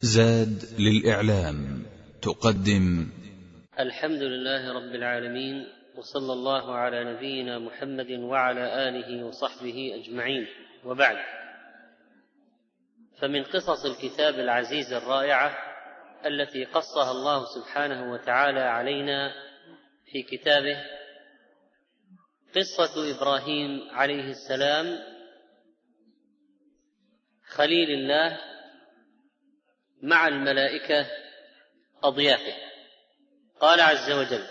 زاد للإعلام تقدم الحمد لله رب العالمين، وصلى الله على نبينا محمد وعلى آله وصحبه أجمعين، وبعد. فمن قصص الكتاب العزيز الرائعة التي قصها الله سبحانه وتعالى علينا في كتابه قصة إبراهيم عليه السلام خليل الله مع الملائكة أضيافه. قال عز وجل: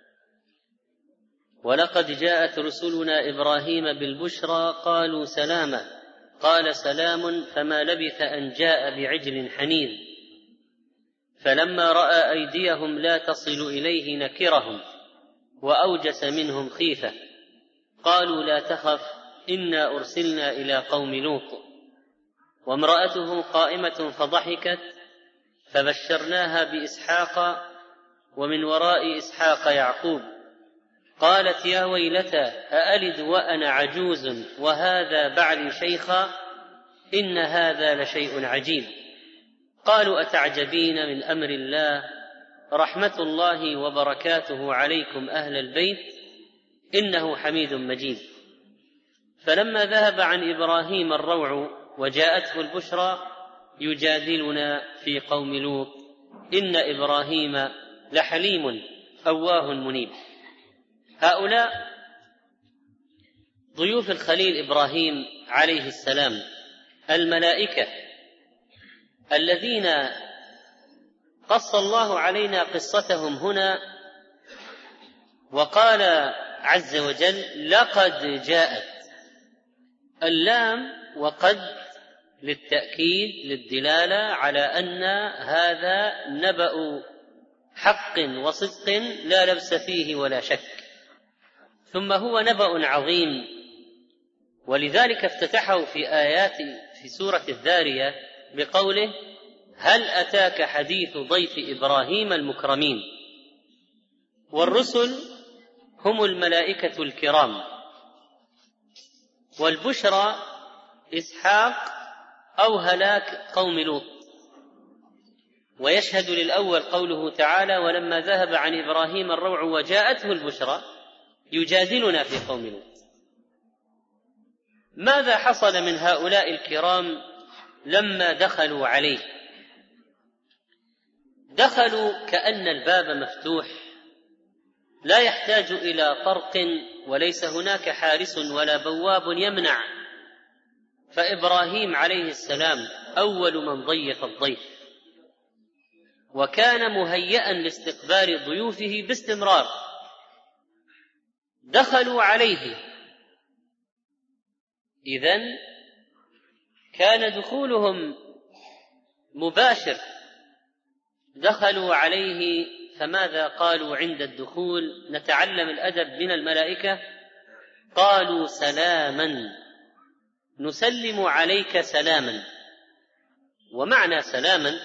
ولقد جاءت رسلنا إبراهيم بالبشرى قالوا سلاما، قال سلام، فما لبث أن جاء بعجل حنيذ، فلما رأى أيديهم لا تصل إليه نكرهم وأوجس منهم خيفة، قالوا لا تخف إنا أرسلنا إلى قوم لوط، وامرأته قائمة فضحكت فبشرناها بإسحاق ومن وراء إسحاق يعقوب، قالت يا ويلتى أألد وأنا عجوز وهذا بعلي شيخا إن هذا لشيء عجيب. قالوا أتعجبين من أمر الله، رحمة الله وبركاته عليكم أهل البيت إنه حميد مجيد. فلما ذهب عن إبراهيم الروع وجاءته البشرى يجادلنا في قوم لوط إن إبراهيم لحليم أواه منيب. هؤلاء ضيوف الخليل إبراهيم عليه السلام، الملائكة الذين قص الله علينا قصتهم هنا، وقال عز وجل: لقد جاءت. اللام وقد للتأكيد للدلالة على أن هذا نبأ حق وصدق لا لبس فيه ولا شك، ثم هو نبأ عظيم. ولذلك افتتحه في سورة الذارية بقوله: هل أتاك حديث ضيف إبراهيم المكرمين. والرسل هم الملائكة الكرام، والبشرى إسحاق أو هلاك قوم لوط. ويشهد للأول قوله تعالى: ولما ذهب عن إبراهيم الروع وجاءته البشرى يجادلنا في قوم لوط. ماذا حصل من هؤلاء الكرام لما دخلوا عليه؟ دخلوا كأن الباب مفتوح لا يحتاج إلى طرق، وليس هناك حارس ولا بواب يمنع، فإبراهيم عليه السلام أول من ضيف الضيف، وكان مهيئا لاستقبال ضيوفه باستمرار. دخلوا عليه، إذن كان دخولهم مباشر. دخلوا عليه، فماذا قالوا عند الدخول؟ نتعلم الأدب من الملائكة. قالوا سلاما، نسلم عليك سلاما. ومعنى سلاما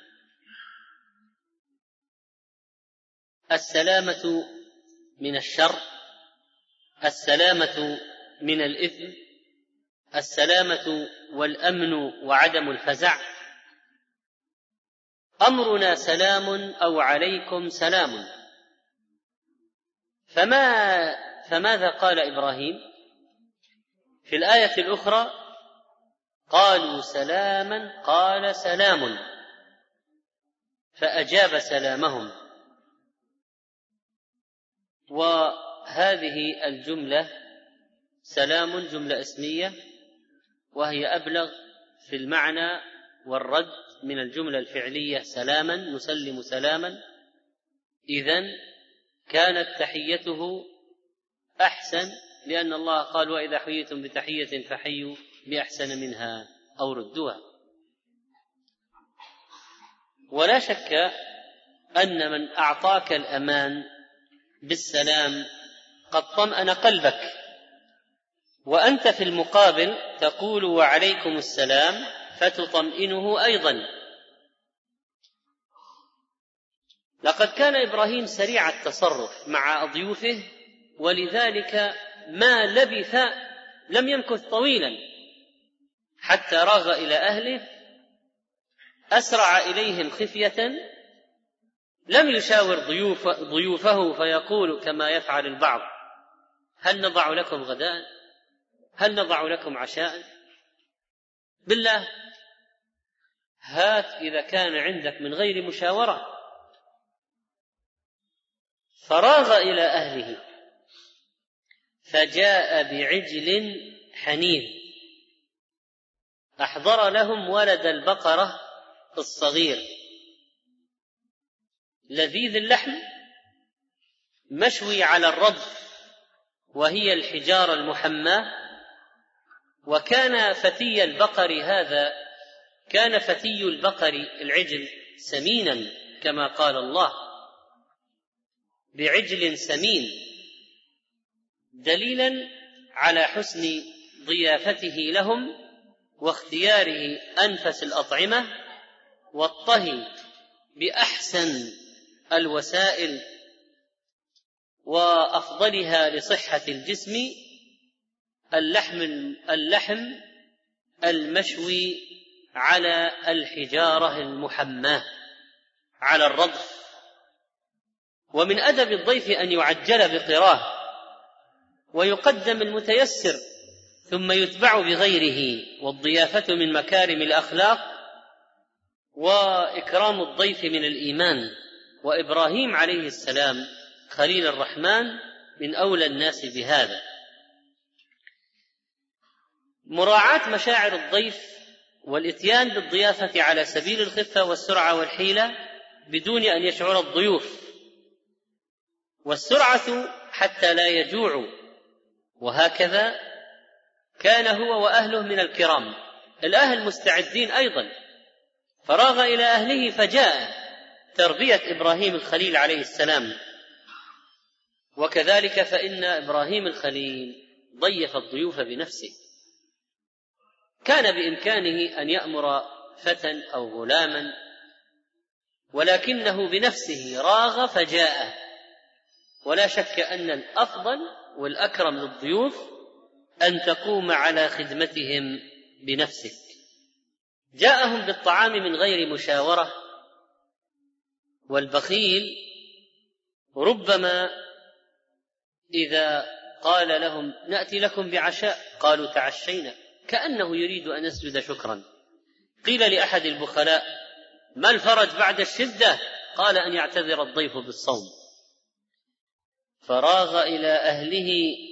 السلامة من الشر، السلامة من الإثم، السلامة والأمن وعدم الفزع. أمرنا سلام أو عليكم سلام. فماذا قال إبراهيم في الآية الأخرى؟ قالوا سلاما، قال سلام، فأجاب سلامهم. وهذه الجملة سلام جملة اسمية، وهي أبلغ في المعنى والرد من الجملة الفعلية سلاما، نسلم سلاما. إذن كانت تحيته أحسن، لأن الله قال: وإذا حييتم بتحية فحيوا بأحسن منها أو ردوها. ولا شك أن من أعطاك الأمان بالسلام قد طمأن قلبك، وأنت في المقابل تقول وعليكم السلام فتطمئنه أيضا. لقد كان إبراهيم سريع التصرف مع ضيوفه، ولذلك ما لبث، لم يمكث طويلا حتى راغ إلى أهله أسرع إليهم خفية، لم يشاور ضيوفه فيقول كما يفعل البعض: هل نضع لكم غداء؟ هل نضع لكم عشاء؟ بالله، هات إذا كان عندك من غير مشاورة. فراغ إلى أهله فجاء بعجل حنيذ، أحضر لهم ولد البقرة الصغير لذيذ اللحم مشوي على الرضف، وهي الحجارة المحماة. وكان فتي البقر هذا، كان فتي البقر العجل سمينا كما قال الله: بعجل سمين، دليلا على حسن ضيافته لهم واختياره أنفس الأطعمة والطهي بأحسن الوسائل وأفضلها لصحة الجسم، اللحم المشوي على الحجارة المحماة على الرضف. ومن أدب الضيف أن يعجل بقراه ويقدم المتيسر ثم يتبع بغيره، والضيافة من مكارم الأخلاق، وإكرام الضيف من الإيمان. وإبراهيم عليه السلام خليل الرحمن من أولى الناس بهذا. مراعاة مشاعر الضيف والإتيان بالضيافة على سبيل الخفة والسرعة والحيلة بدون أن يشعر الضيوف، والسرعة حتى لا يجوعوا. وهكذا كان هو وأهله من الكرام، الأهل مستعدين أيضا. فراغ إلى أهله فجاء، تربية إبراهيم الخليل عليه السلام. وكذلك فإن إبراهيم الخليل ضيف الضيوف بنفسه، كان بإمكانه أن يأمر فتى أو غلاما، ولكنه بنفسه راغ فجاء. ولا شك أن الأفضل والأكرم للضيوف أن تقوم على خدمتهم بنفسك. جاءهم بالطعام من غير مشاورة، والبخيل ربما إذا قال لهم: نأتي لكم بعشاء، قالوا: تعشينا، كأنه يريد أن يسجد شكرا. قيل لأحد البخلاء: ما الفرج بعد الشدة؟ قال: أن يعتذر الضيف بالصوم. فراغ إلى أهله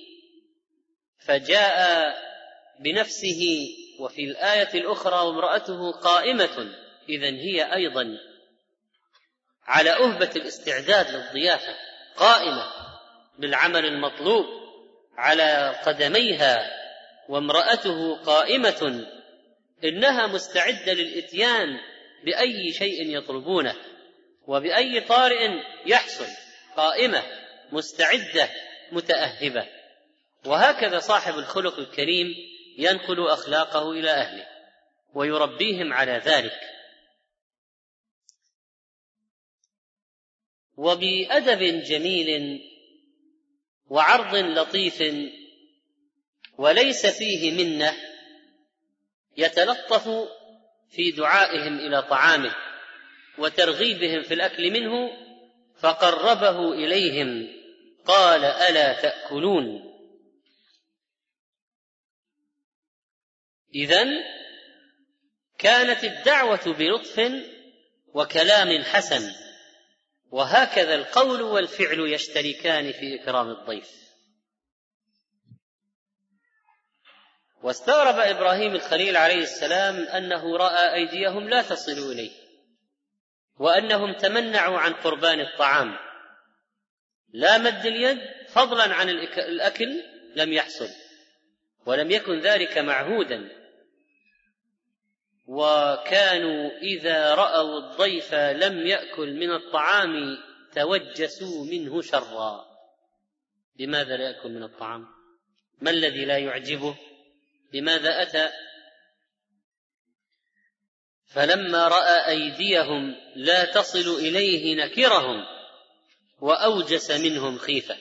فجاء بنفسه. وفي الآية الأخرى: وامرأته قائمة، إذن هي أيضا على أهبة الاستعداد للضيافة، قائمة بالعمل المطلوب على قدميها. وامرأته قائمة، إنها مستعدة للإتيان بأي شيء يطلبونه وبأي طارئ يحصل، قائمة مستعدة متأهبة. وهكذا صاحب الخلق الكريم ينقل أخلاقه إلى أهله ويربيهم على ذلك. وبأدب جميل وعرض لطيف وليس فيه منة يتلطف في دعائهم إلى طعامه وترغيبهم في الأكل منه، فقربه إليهم قال: ألا تأكلون؟ إذن كانت الدعوة بلطف وكلام حسن، وهكذا القول والفعل يشتركان في إكرام الضيف. واستغرب إبراهيم الخليل عليه السلام أنه رأى أيديهم لا تصل إليه، وأنهم تمنعوا عن قربان الطعام، لا مد اليد فضلا عن الأكل لم يحصل، ولم يكن ذلك معهودا. وكانوا إذا رأوا الضيف لم يأكل من الطعام توجسوا منه شرا. لماذا لا يأكل من الطعام؟ ما الذي لا يعجبه؟ لماذا أتى؟ فلما رأى أيديهم لا تصل إليه نكرهم وأوجس منهم خيفة.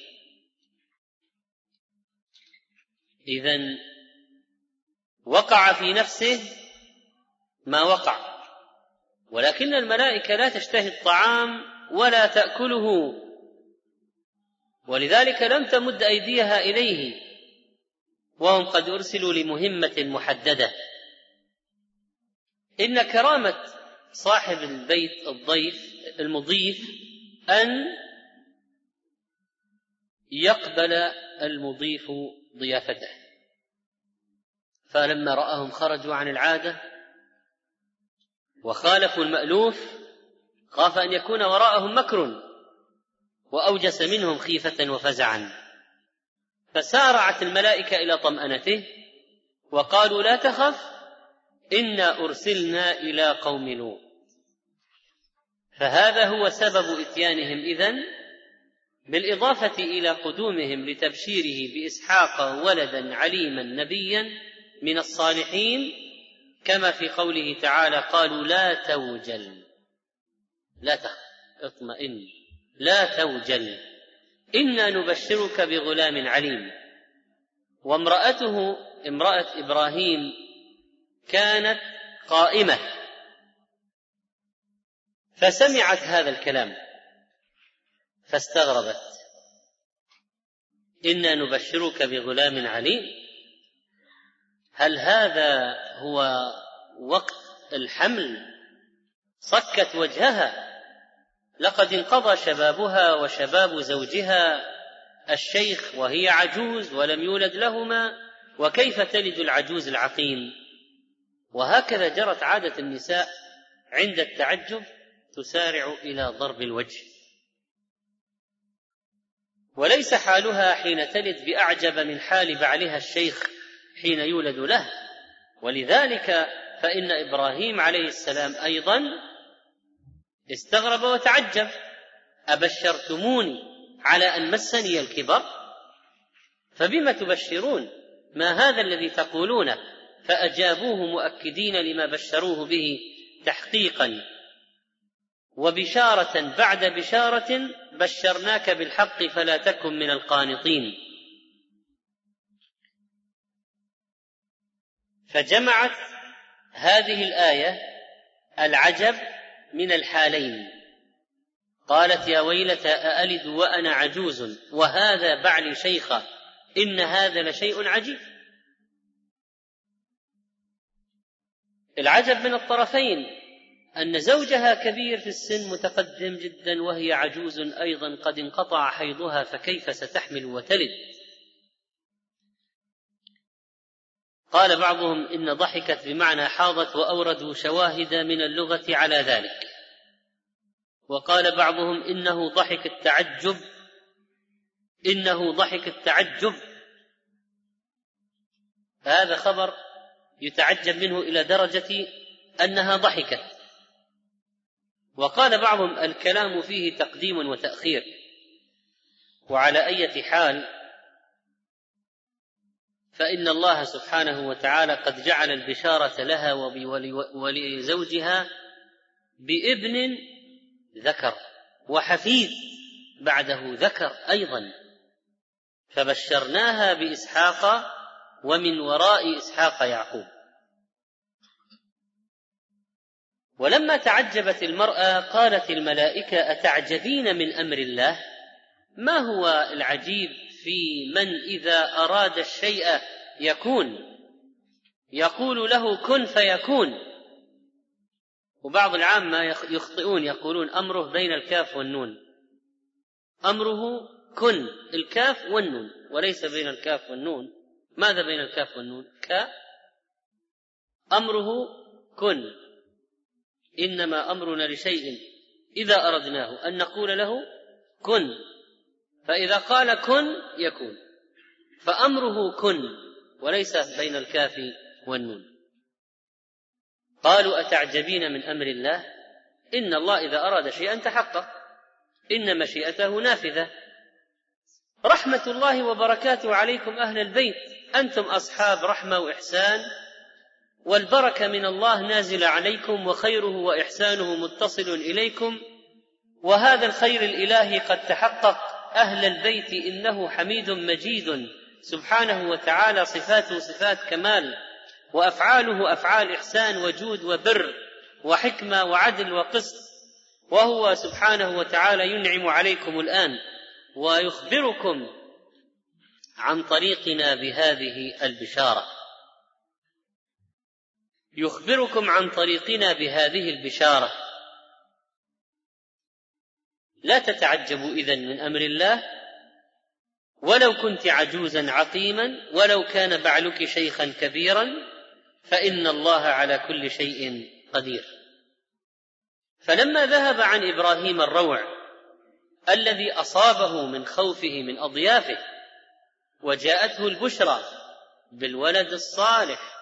إذن وقع في نفسه ما وقع، ولكن الملائكة لا تشتهي الطعام ولا تأكله، ولذلك لم تمد أيديها إليه، وهم قد أرسلوا لمهمة محددة. إن كرامة صاحب البيت المضيف أن يقبل المضيف ضيافته، فلما رأهم خرجوا عن العادة وخالفوا المألوف خاف أن يكون وراءهم مكر وأوجس منهم خيفة وفزعا، فسارعت الملائكة إلى طمأنته وقالوا لا تخف إنا أرسلنا إلى قوم لوط. فهذا هو سبب إتيانهم إذن، بالإضافة إلى قدومهم لتبشيره بإسحاق ولدا عليما نبيا من الصالحين، كما في قوله تعالى قالوا لا توجل، لا تخف، اطمئن، لا توجل، إنا نبشرك بغلام عليم. وامرأته امرأة إبراهيم كانت قائمة فسمعت هذا الكلام فاستغربت، إنا نبشرك بغلام عليم، هل هذا هو وقت الحمل؟ صكت وجهها، لقد انقضى شبابها وشباب زوجها الشيخ وهي عجوز ولم يولد لهما، وكيف تلد العجوز العقيم؟ وهكذا جرت عادة النساء عند التعجب، تسارع إلى ضرب الوجه، وليس حالها حين تلد بأعجب من حال بعلها الشيخ حين يولد له. ولذلك فإن إبراهيم عليه السلام أيضا استغرب وتعجب، أبشرتموني على أن مسني الكبر؟ فبم تبشرون؟ ما هذا الذي تقولونه؟ فأجابوه مؤكدين لما بشروه به تحقيقا وبشارة بعد بشارة، بشرناك بالحق فلا تكن من القانطين. فجمعت هذه الآية العجب من الحالين، قالت يا ويلتى أألد وأنا عجوز وهذا بعلي شيخا إن هذا لشيء عجيب. العجب من الطرفين، أن زوجها كبير في السن متقدم جدا وهي عجوز أيضا قد انقطع حيضها، فكيف ستحمل وتلد؟ قال بعضهم إن ضحكت بمعنى حاضت، وأوردوا شواهد من اللغة على ذلك. وقال بعضهم إنه ضحك التعجب، هذا خبر يتعجب منه إلى درجة أنها ضحكت. وقال بعضهم الكلام فيه تقديم وتأخير. وعلى أي حال فإن الله سبحانه وتعالى قد جعل البشارة لها ولزوجها بابن ذكر وحفيد بعده ذكر أيضا، فبشرناها بإسحاق ومن وراء إسحاق يعقوب. ولما تعجبت المرأة قالت الملائكة أتعجبين من أمر الله؟ ما هو العجيب في من إذا أراد الشيء يقول له كن فيكون؟ وبعض العامة يخطئون يقولون أمره بين الكاف والنون، أمره كن الكاف والنون وليس بين الكاف والنون. ماذا بين الكاف والنون؟ أمره كن، إنما أمرنا لشيء إذا أردناه أن نقول له كن، فإذا قال كن يكون، فأمره كن وليس بين الكاف والنون. قالوا أتعجبين من أمر الله؟ إن الله إذا أراد شيئا تحقق، إن مشيئته نافذة. رحمة الله وبركاته عليكم أهل البيت، أنتم أصحاب رحمة وإحسان، والبركة من الله نازل عليكم، وخيره وإحسانه متصل إليكم، وهذا الخير الإلهي قد تحقق. أهل البيت إنه حميد مجيد سبحانه وتعالى، صفاته صفات كمال، وأفعاله أفعال إحسان وجود وبر، وحكمة وعدل وقسط، وهو سبحانه وتعالى ينعم عليكم الآن ويخبركم عن طريقنا بهذه البشارة، يخبركم عن طريقنا بهذه البشارة. لا تتعجبوا إذن من أمر الله، ولو كنت عجوزا عقيما، ولو كان بعلك شيخا كبيرا، فإن الله على كل شيء قدير. فلما ذهب عن إبراهيم الروع الذي أصابه من خوفه من أضيافه، وجاءته البشرى بالولد الصالح،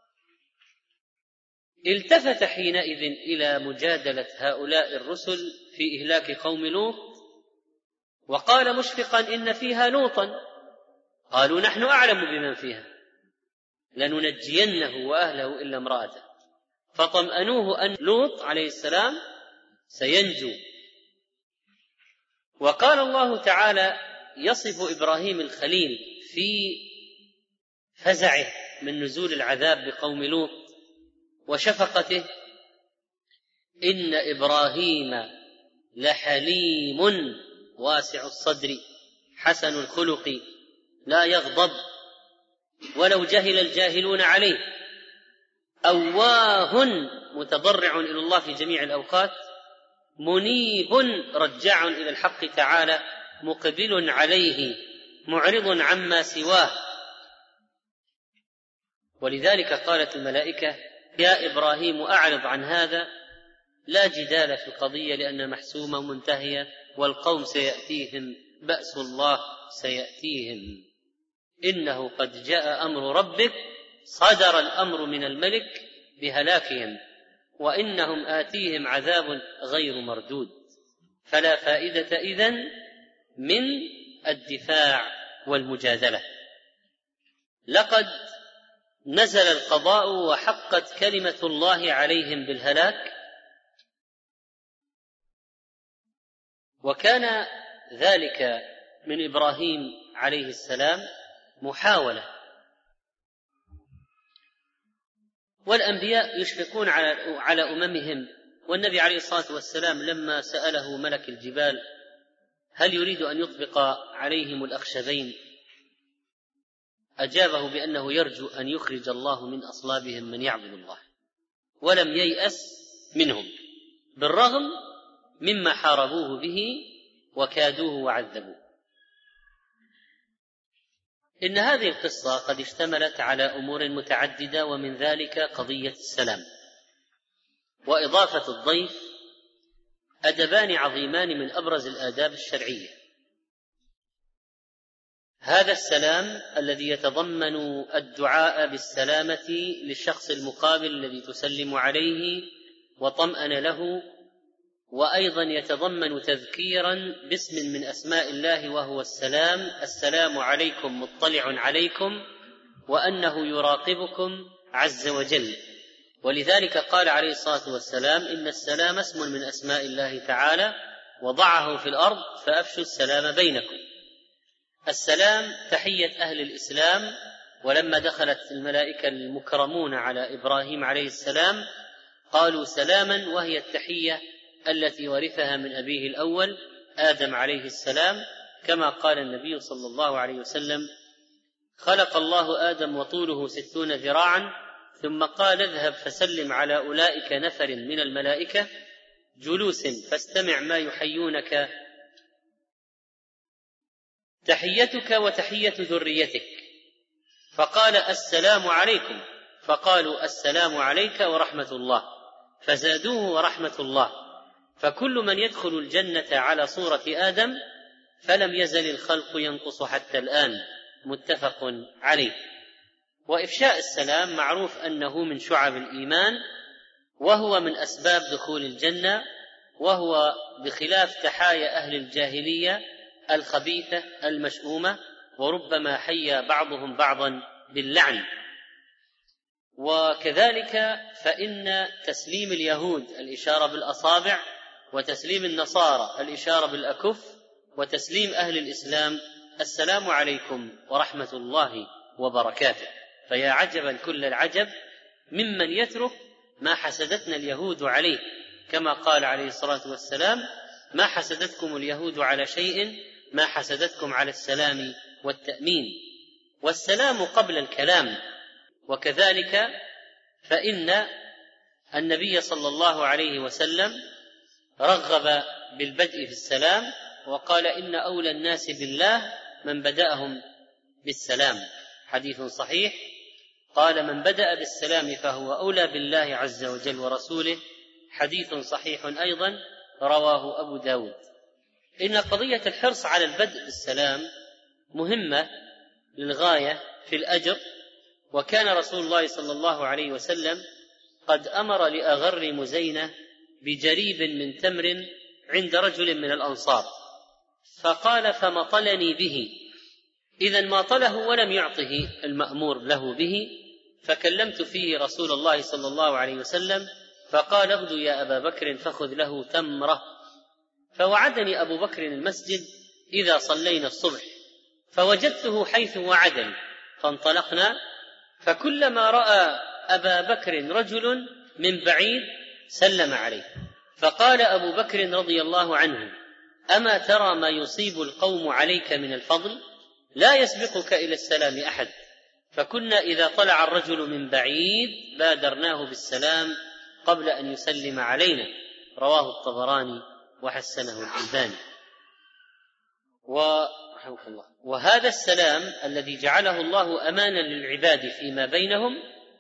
التفت حينئذ إلى مجادلة هؤلاء الرسل في إهلاك قوم لوط، وقال مشفقا إن فيها لوطا، قالوا نحن أعلم بمن فيها لننجينه وأهله إلا امرأته، فطمأنوه أن لوط عليه السلام سينجو. وقال الله تعالى يصف إبراهيم الخليل في فزعه من نزول العذاب بقوم لوط وشفقته: إن إبراهيم لحليم واسع الصدر حسن الخلق لا يغضب ولو جهل الجاهلون عليه، أواه متضرع إلى الله في جميع الأوقات، منيب رجاع إلى الحق تعالى، مقبل عليه معرض عما سواه. ولذلك قالت الملائكة: يا إبراهيم أعرض عن هذا، لا جدال في القضية لأن محسومة منتهية، والقوم سيأتيهم بأس الله سيأتيهم، إنه قد جاء أمر ربك، صدر الأمر من الملك بهلاكهم، وإنهم آتيهم عذاب غير مردود. فلا فائدة إذن من الدفاع والمجادلة. لقد نزل القضاء وحقت كلمة الله عليهم بالهلاك، وكان ذلك من إبراهيم عليه السلام محاولة، والأنبياء يشفقون على أممهم. والنبي عليه الصلاة والسلام لما سأله ملك الجبال هل يريد أن يطبق عليهم الأخشبين، أجابه بأنه يرجو أن يخرج الله من أصلابهم من يعبد الله، ولم ييأس منهم بالرغم مما حاربوه به وكادوه وعذبوه. إن هذه القصة قد اشتملت على أمور متعددة، ومن ذلك قضية السلام وإضافة الضيف، أدبان عظيمان من أبرز الآداب الشرعية. هذا السلام الذي يتضمن الدعاء بالسلامة للشخص المقابل الذي تسلم عليه وطمأن له، وأيضا يتضمن تذكيرا باسم من أسماء الله وهو السلام: السلام عليكم مطلع عليكم، وأنه يراقبكم عز وجل. ولذلك قال عليه الصلاة والسلام: إن السلام اسم من أسماء الله تعالى، وضعه في الأرض فأفشوا السلام بينكم. السلام تحية أهل الإسلام، ولما دخلت الملائكة المكرمون على إبراهيم عليه السلام قالوا سلاما، وهي التحية التي ورثها من أبيه الأول آدم عليه السلام، كما قال النبي صلى الله عليه وسلم: خلق الله آدم وطوله 60 ذراعا، ثم قال: اذهب فسلم على أولئك نفر من الملائكة جلوس فاستمع ما يحيونك، تحيتك وتحية ذريتك. فقال: السلام عليكم، فقالوا: السلام عليك ورحمة الله، فزادوه ورحمة الله. فكل من يدخل الجنة على صورة آدم فلم يزل الخلق ينقص حتى الآن، متفق عليه. وإفشاء السلام معروف أنه من شعب الإيمان، وهو من أسباب دخول الجنة، وهو بخلاف تحايا أهل الجاهلية الخبيثة المشؤومة، وربما حيا بعضهم بعضا باللعن. وكذلك فإن تسليم اليهود الإشارة بالأصابع، وتسليم النصارى الإشارة بالأكف، وتسليم أهل الإسلام السلام عليكم ورحمة الله وبركاته. فيا عجبا كل العجب ممن يترك ما حسدتنا اليهود عليه، كما قال عليه الصلاة والسلام: ما حسدتكم اليهود على شيء ما حسدتكم على السلام والتأمين. والسلام قبل الكلام. وكذلك فإن النبي صلى الله عليه وسلم رغب بالبدء في السلام، وقال: إن أولى الناس بالله من بدأهم بالسلام. حديث صحيح، قال: من بدأ بالسلام فهو أولى بالله عز وجل ورسوله. حديث صحيح أيضا رواه أبو داود. إن قضية الحرص على البدء بالسلام مهمة للغاية في الأجر، وكان رسول الله صلى الله عليه وسلم قد أمر لأغر مزينة بجريب من تمر عند رجل من الأنصار، فقال: فمطلني به. إذن ماطله ولم يعطه المأمور له به، فكلمت فيه رسول الله صلى الله عليه وسلم، فقال: اغدو يا أبا بكر فخذ له تمرة. فوعدني أبو بكر المسجد إذا صلينا الصبح، فوجدته حيث وعدني، فانطلقنا، فكلما رأى أبا بكر رجل من بعيد سلم عليه، فقال أبو بكر رضي الله عنه: أما ترى ما يصيب القوم عليك من الفضل؟ لا يسبقك إلى السلام أحد. فكنا إذا طلع الرجل من بعيد بادرناه بالسلام قبل أن يسلم علينا. رواه الطبراني وحسنه الألباني. وهذا السلام الذي جعله الله أمانا للعباد فيما بينهم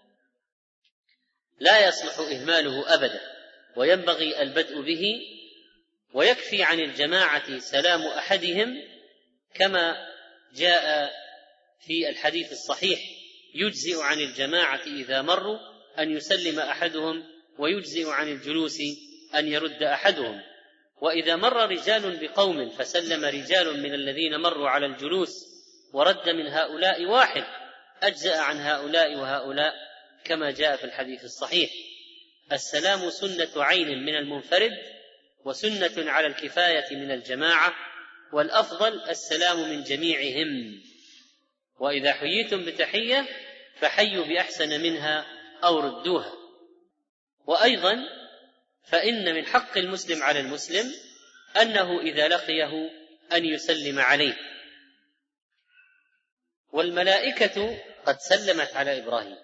لا يصلح إهماله أبدا، وينبغي البدء به. ويكفي عن الجماعة سلام أحدهم، كما جاء في الحديث الصحيح: يجزئ عن الجماعة إذا مروا أن يسلم أحدهم، ويجزئ عن الجلوس أن يرد أحدهم. وإذا مر رجال بقوم فسلم رجال من الذين مروا على الجلوس ورد من هؤلاء واحد، أجزأ عن هؤلاء وهؤلاء، كما جاء في الحديث الصحيح. السلام سنة عين من المنفرد، وسنة على الكفاية من الجماعة، والأفضل السلام من جميعهم. وإذا حييتم بتحية فحيوا بأحسن منها أو ردوها. وأيضا فإن من حق المسلم على المسلم أنه إذا لقيه أن يسلم عليه. والملائكة قد سلمت على إبراهيم،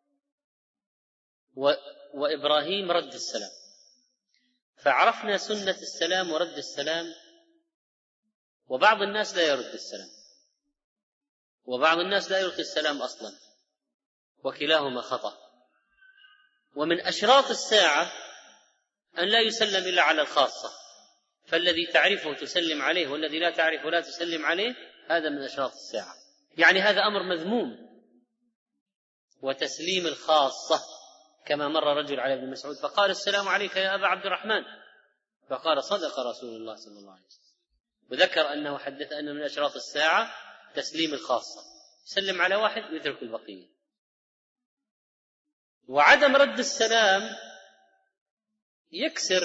وإبراهيم رد السلام، فعرفنا سنة السلام ورد السلام. وبعض الناس لا يرد السلام، وبعض الناس لا يلقي السلام أصلا، وكلاهما خطأ. ومن أشراط الساعة أن لا يسلم إلا على الخاصة، فالذي تعرفه تسلم عليه، والذي لا تعرفه لا تسلم عليه، هذا من أشراط الساعة. يعني هذا أمر مذموم. وتسليم الخاصة، كما مر رجل على ابن مسعود فقال: السلام عليك يا أبا عبد الرحمن، فقال: صدق رسول الله صلى الله عليه وسلم. وذكر أنه حدث أن من أشراط الساعة تسليم الخاصة، يسلم على واحد ويترك البقية. وعدم رد السلام يكسر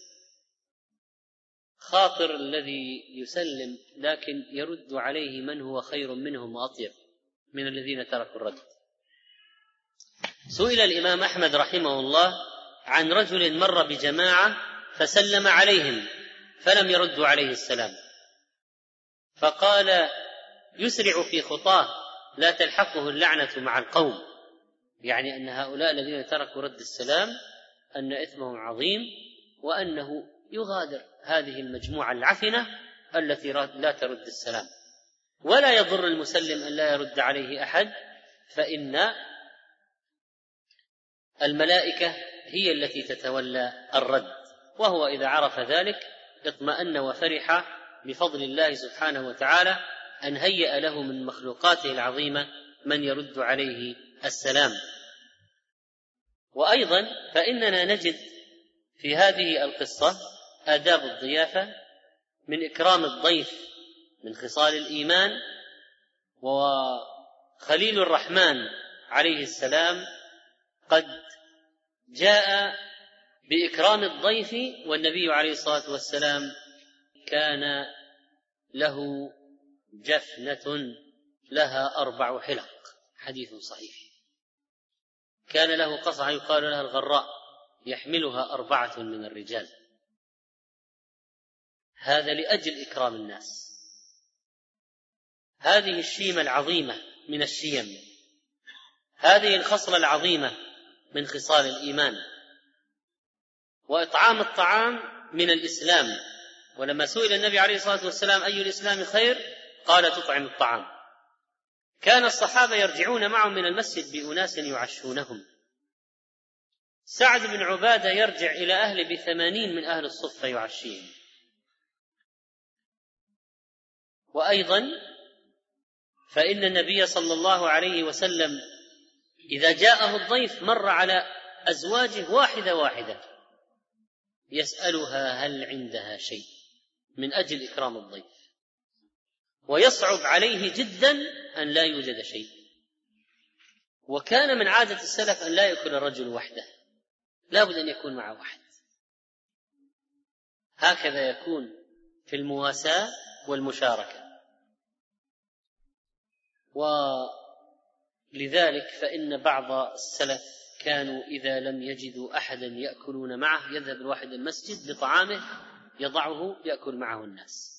خاطر الذي يسلم، لكن يرد عليه من هو خير منهم وأطيب من الذين تركوا الرد. سئل الإمام أحمد رحمه الله عن رجل مر بجماعة فسلم عليهم فلم يردوا عليه السلام، فقال: يسرع في خطاه لا تلحقه اللعنة مع القوم. يعني أن هؤلاء الذين تركوا رد السلام أن إثمهم عظيم، وأنه يغادر هذه المجموعة العفنة التي لا ترد السلام. ولا يضر المسلم أن لا يرد عليه أحد، فإن الملائكة هي التي تتولى الرد، وهو إذا عرف ذلك اطمأن وفرح بفضل الله سبحانه وتعالى أن هيأ له من مخلوقاته العظيمة من يرد عليه السلام. وأيضا فإننا نجد في هذه القصة آداب الضيافة، من إكرام الضيف من خصال الإيمان. وخليل الرحمن عليه السلام قد جاء بإكرام الضيف، والنبي عليه الصلاة والسلام كان له جفنة لها 4 حلق، حديث صحيح. كان له قصعة يقال لها الغراء، يحملها 4 من الرجال. هذا لأجل إكرام الناس. هذه الشيمة العظيمة من الشيم، هذه الخصلة العظيمة من خصال الإيمان. وإطعام الطعام من الإسلام. ولما سئل النبي عليه الصلاة والسلام أي الإسلام خير قال تطعم الطعام. كان الصحابة يرجعون معهم من المسجد بأناس يعشونهم. سعد بن عبادة يرجع إلى أهله ب80 من أهل الصفة يعشيهم. وأيضا فإن النبي صلى الله عليه وسلم إذا جاءه الضيف مر على أزواجه واحدة واحدة يسألها هل عندها شيء من أجل إكرام الضيف، ويصعب عليه جدا أن لا يوجد شيء. وكان من عادة السلف أن لا يأكل الرجل وحده، لا بد أن يكون معه واحد. هكذا يكون في المواساة والمشاركة. ولذلك فإن بعض السلف كانوا إذا لم يجدوا أحدا يأكلون معه يذهب الواحد المسجد بطعامه يضعه يأكل معه الناس.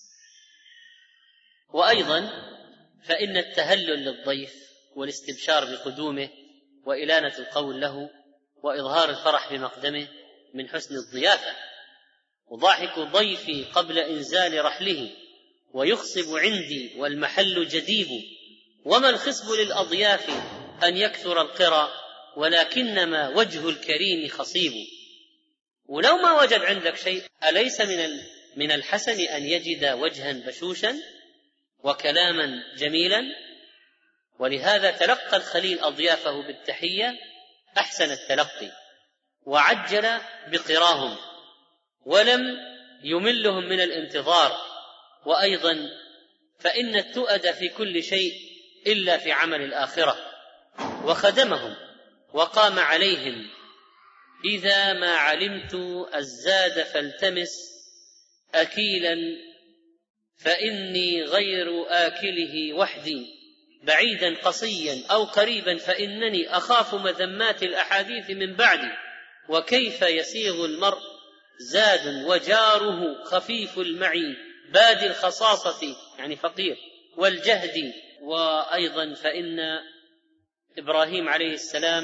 وأيضا فإن التهلل للضيف والاستبشار بقدومه وإلانة القول له وإظهار الفرح بمقدمه من حسن الضيافة. وضاحك ضيفي قبل إنزال رحله ويخصب عندي والمحل جديب. وما الخصب للأضياف أن يكثر القرى ولكنما وجه الكريم خصيب. ولو ما وجد عندك شيء أليس من الحسن أن يجد وجها بشوشا وكلاما جميلا؟ ولهذا تلقى الخليل أضيافه بالتحية أحسن التلقي، وعجل بقراهم ولم يملهم من الانتظار. وأيضا فإن التؤد في كل شيء إلا في عمل الآخرة، وخدمهم وقام عليهم. إذا ما علمت الزاد فالتمس أكيلا فإني غير آكله وحدي بعيدا قصيا أو قريبا فإنني أخاف مذمات الأحاديث من بعدي. وكيف يسيغ المرء زاد وجاره خفيف المعي بادي الخصاصة يعني فقير والجهد. وأيضا فإن إبراهيم عليه السلام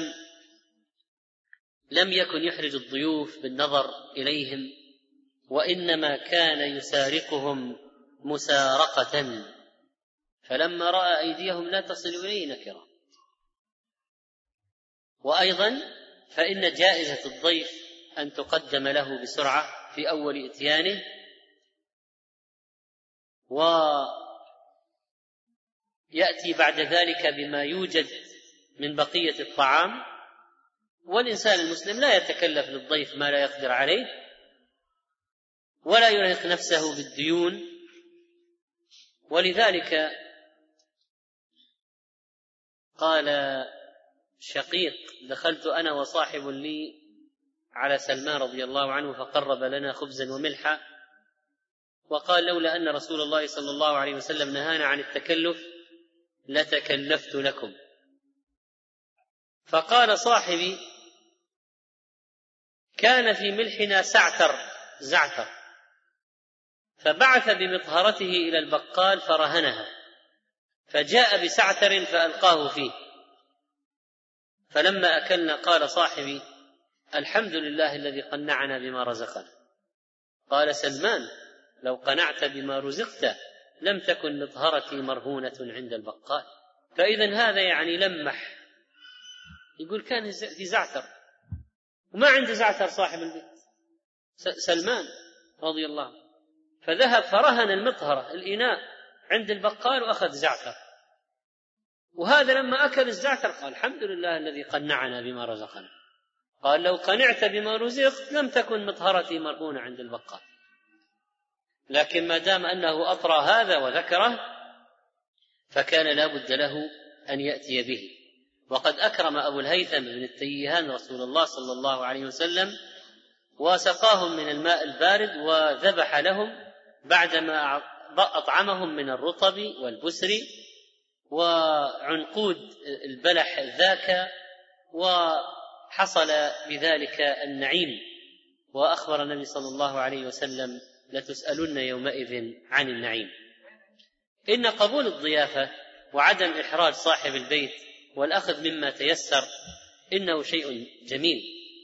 لم يكن يحرج الضيوف بالنظر إليهم، وإنما كان يسارقهم مسارقة، فلما رأى أيديهم لا تصل إليه نكرة. وأيضا فإن جائزة الضيف أن تقدم له بسرعة في أول إتيانه، ويأتي بعد ذلك بما يوجد من بقية الطعام. والإنسان المسلم لا يتكلف للضيف ما لا يقدر عليه، ولا يرهق نفسه بالديون. ولذلك قال شقيق: دخلت أنا وصاحب لي على سلمان رضي الله عنه فقرب لنا خبزا وملحا، وقال: لولا أن رسول الله صلى الله عليه وسلم نهانا عن التكلف لتكلفت لكم. فقال صاحبي: كان في ملحنا زعتر، فبعث بمطهرته إلى البقال فرهنها، فجاء بسعتر فألقاه فيه، فلما أكلنا قال صاحبي: الحمد لله الذي قنعنا بما رزقنا. قال سلمان: لو قنعت بما رزقت لم تكن مطهرتي مرهونة عند البقال. فإذا هذا يعني لمح، يقول كان في زعتر وما عنده زعتر صاحب البيت سلمان رضي الله عنه، فذهب فرهن المطهرة الإناء عند البقال وأخذ زعتر. وهذا لما أكل الزعتر قال: الحمد لله الذي قنعنا بما رزقنا. قال: لو قنعت بما رزقت لم تكن مطهرتي مرهونة عند البقال. لكن ما دام أنه أطرى هذا وذكره فكان لا بد له أن يأتي به. وقد أكرم أبو الهيثم بن التيهان رسول الله صلى الله عليه وسلم وسقاهم من الماء البارد وذبح لهم بعدما أطعمهم من الرطب والبسر وعنقود البلح ذاك حصل بذلك النعيم، وأخبر النبي صلى الله عليه وسلم: لتسألن يومئذ عن النعيم. إن قبول الضيافة وعدم إحراج صاحب البيت والأخذ مما تيسر إنه شيء جميل،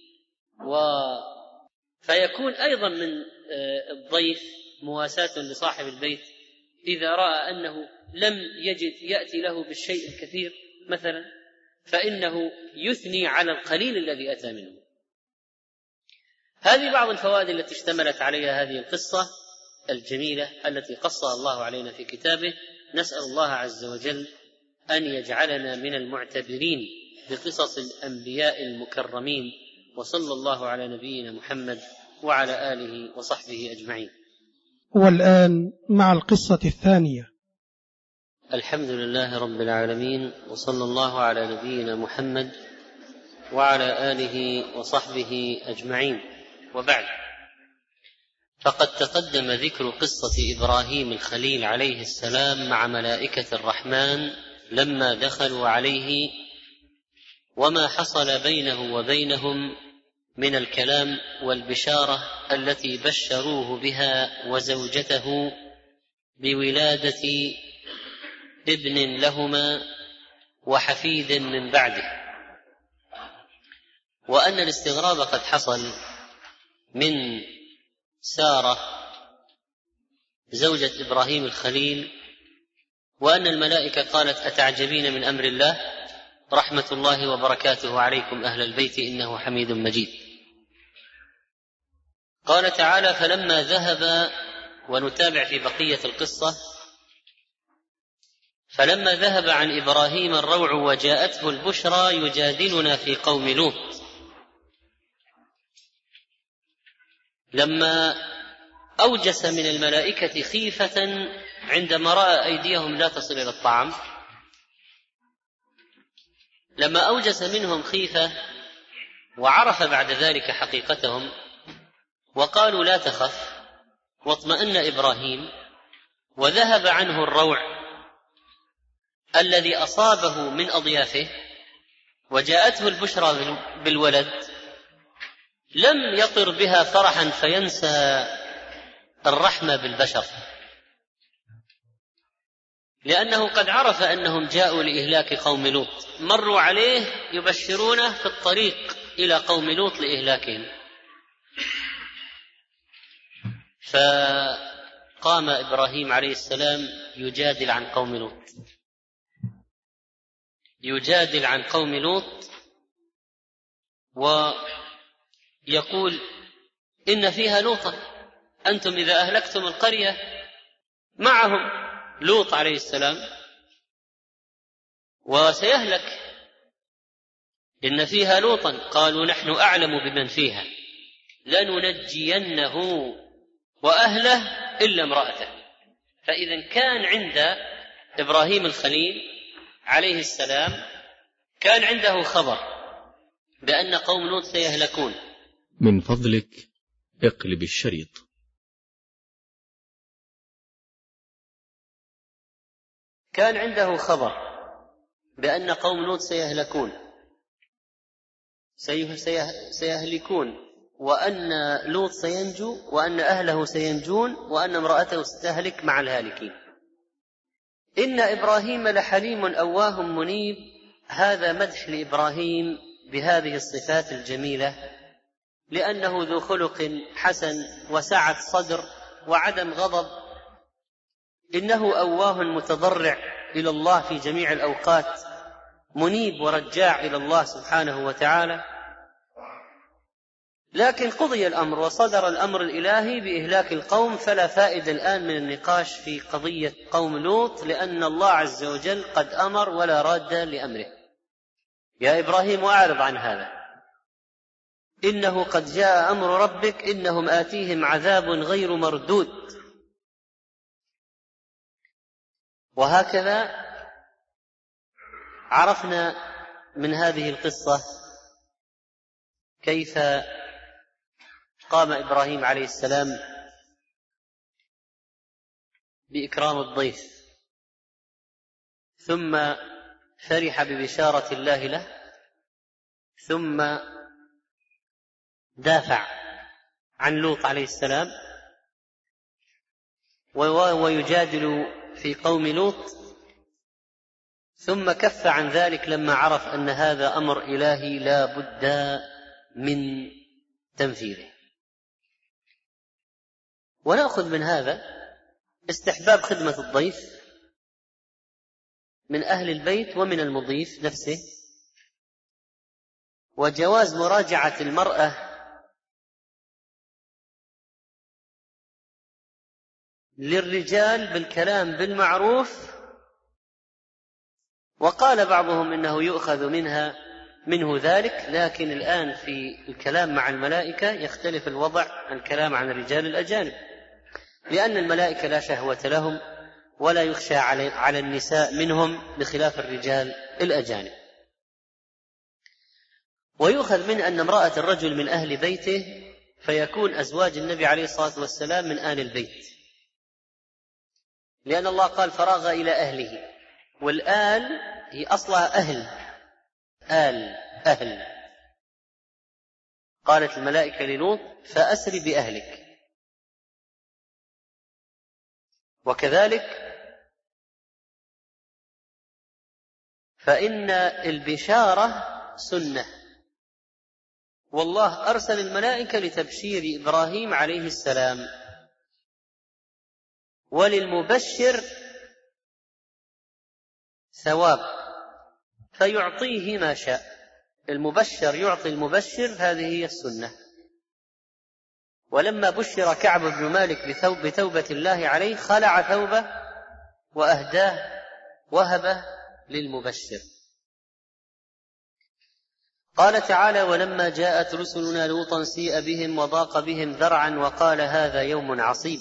فيكون أيضا من الضيف مواساة لصاحب البيت إذا رأى أنه لم يجد يأتي له بالشيء الكثير مثلا، فإنه يثني على القليل الذي أتى منه. هذه بعض الفوائد التي اشتملت عليها هذه القصة الجميلة التي قصها الله علينا في كتابه. نسأل الله عز وجل أن يجعلنا من المعتبرين بقصص الأنبياء المكرمين، وصلى الله على نبينا محمد وعلى آله وصحبه أجمعين. والآن مع القصة الثانية. الحمد لله رب العالمين، وصلى الله على نبينا محمد وعلى آله وصحبه أجمعين، وبعد، فقد تقدم ذكر قصة إبراهيم الخليل عليه السلام مع ملائكة الرحمن لما دخلوا عليه، وما حصل بينه وبينهم من الكلام والبشارة التي بشروه بها وزوجته بولادة ابن لهما وحفيد من بعده، وأن الاستغراب قد حصل من سارة زوجة إبراهيم الخليل، وأن الملائكة قالت: أتعجبين من أمر الله، رحمة الله وبركاته عليكم أهل البيت إنه حميد مجيد. قال تعالى: فلما ذهب، ونتابع في بقية القصة: فلما ذهب عن إبراهيم الروع وجاءته البشرى يجادلنا في قوم لوط، لما أوجس من الملائكة خيفة عندما رأى أيديهم لا تصل إلى الطعام، لما أوجس منهم خيفة وعرف بعد ذلك حقيقتهم، وقالوا: لا تخف، واطمأن إبراهيم وذهب عنه الروع الذي أصابه من أضيافه، وجاءته البشرى بالولد، لم يطر بها فرحا فينسى الرحمة بالبشر، لأنه قد عرف أنهم جاءوا لإهلاك قوم لوط، مروا عليه يبشرونه في الطريق إلى قوم لوط لإهلاكهم. فقام إبراهيم عليه السلام يجادل عن قوم لوط، يجادل عن قوم لوط، ويقول: إن فيها لوطا، أنتم إذا أهلكتم القرية معهم لوط عليه السلام وسيهلك، إن فيها لوطا، قالوا: نحن أعلم بمن فيها لننجينه وأهله إلا امرأته. فإذا كان عند إبراهيم الخليل عليه السلام كان عنده خبر بأن قوم لوط سيهلكون. من فضلك اقلب الشريط. كان عنده خبر بأن قوم لوط سيهلكون، وأن لوط سينجو، وأن أهله سينجون، وأن امرأته ستهلك مع الهالكين. إن إبراهيم لحليم أواه منيب، هذا مدح لإبراهيم بهذه الصفات الجميلة، لأنه ذو خلق حسن وسعة صدر وعدم غضب. إنه أواه متضرع إلى الله في جميع الأوقات، منيب ورجاع إلى الله سبحانه وتعالى. لكن قضي الأمر وصدر الأمر الإلهي بإهلاك القوم، فلا فائدة الآن من النقاش في قضية قوم لوط، لأن الله عز وجل قد أمر ولا راد لأمره. يا إبراهيم أعرض عن هذا، إنه قد جاء أمر ربك، إنهم آتيهم عذاب غير مردود. وهكذا عرفنا من هذه القصة كيف قام إبراهيم عليه السلام بإكرام الضيف، ثم فرح ببشارة الله له، ثم دافع عن لوط عليه السلام ويجادل في قوم لوط، ثم كف عن ذلك لما عرف أن هذا أمر إلهي لا بد من تنفيذه. ونأخذ من هذا استحباب خدمة الضيف من أهل البيت ومن المضيف نفسه، وجواز مراجعة المرأة للرجال بالكلام بالمعروف. وقال بعضهم إنه يؤخذ منه ذلك، لكن الآن في الكلام مع الملائكة يختلف الوضع عن الكلام عن الرجال الأجانب، لأن الملائكة لا شهوة لهم ولا يخشى على النساء منهم بخلاف الرجال الأجانب. ويؤخذ من أن امرأة الرجل من أهل بيته، فيكون أزواج النبي عليه الصلاة والسلام من آل البيت، لأن الله قال فراغ إلى أهله، والآل هي أصلها أهل. قالت الملائكة للوط فأسر بأهلك. وكذلك فإن البشارة سنة، والله أرسل الملائكة لتبشير إبراهيم عليه السلام، وللمبشر ثواب فيعطيه ما شاء. المبشر يعطي المبشر، هذه هي السنة. ولما بشر كعب بن مالك بتوبة الله عليه خلع ثوبه وأهداه وهبه للمبشر. قال تعالى ولما جاءت رسلنا لوطا سيء بهم وضاق بهم ذرعا وقال هذا يوم عصيب.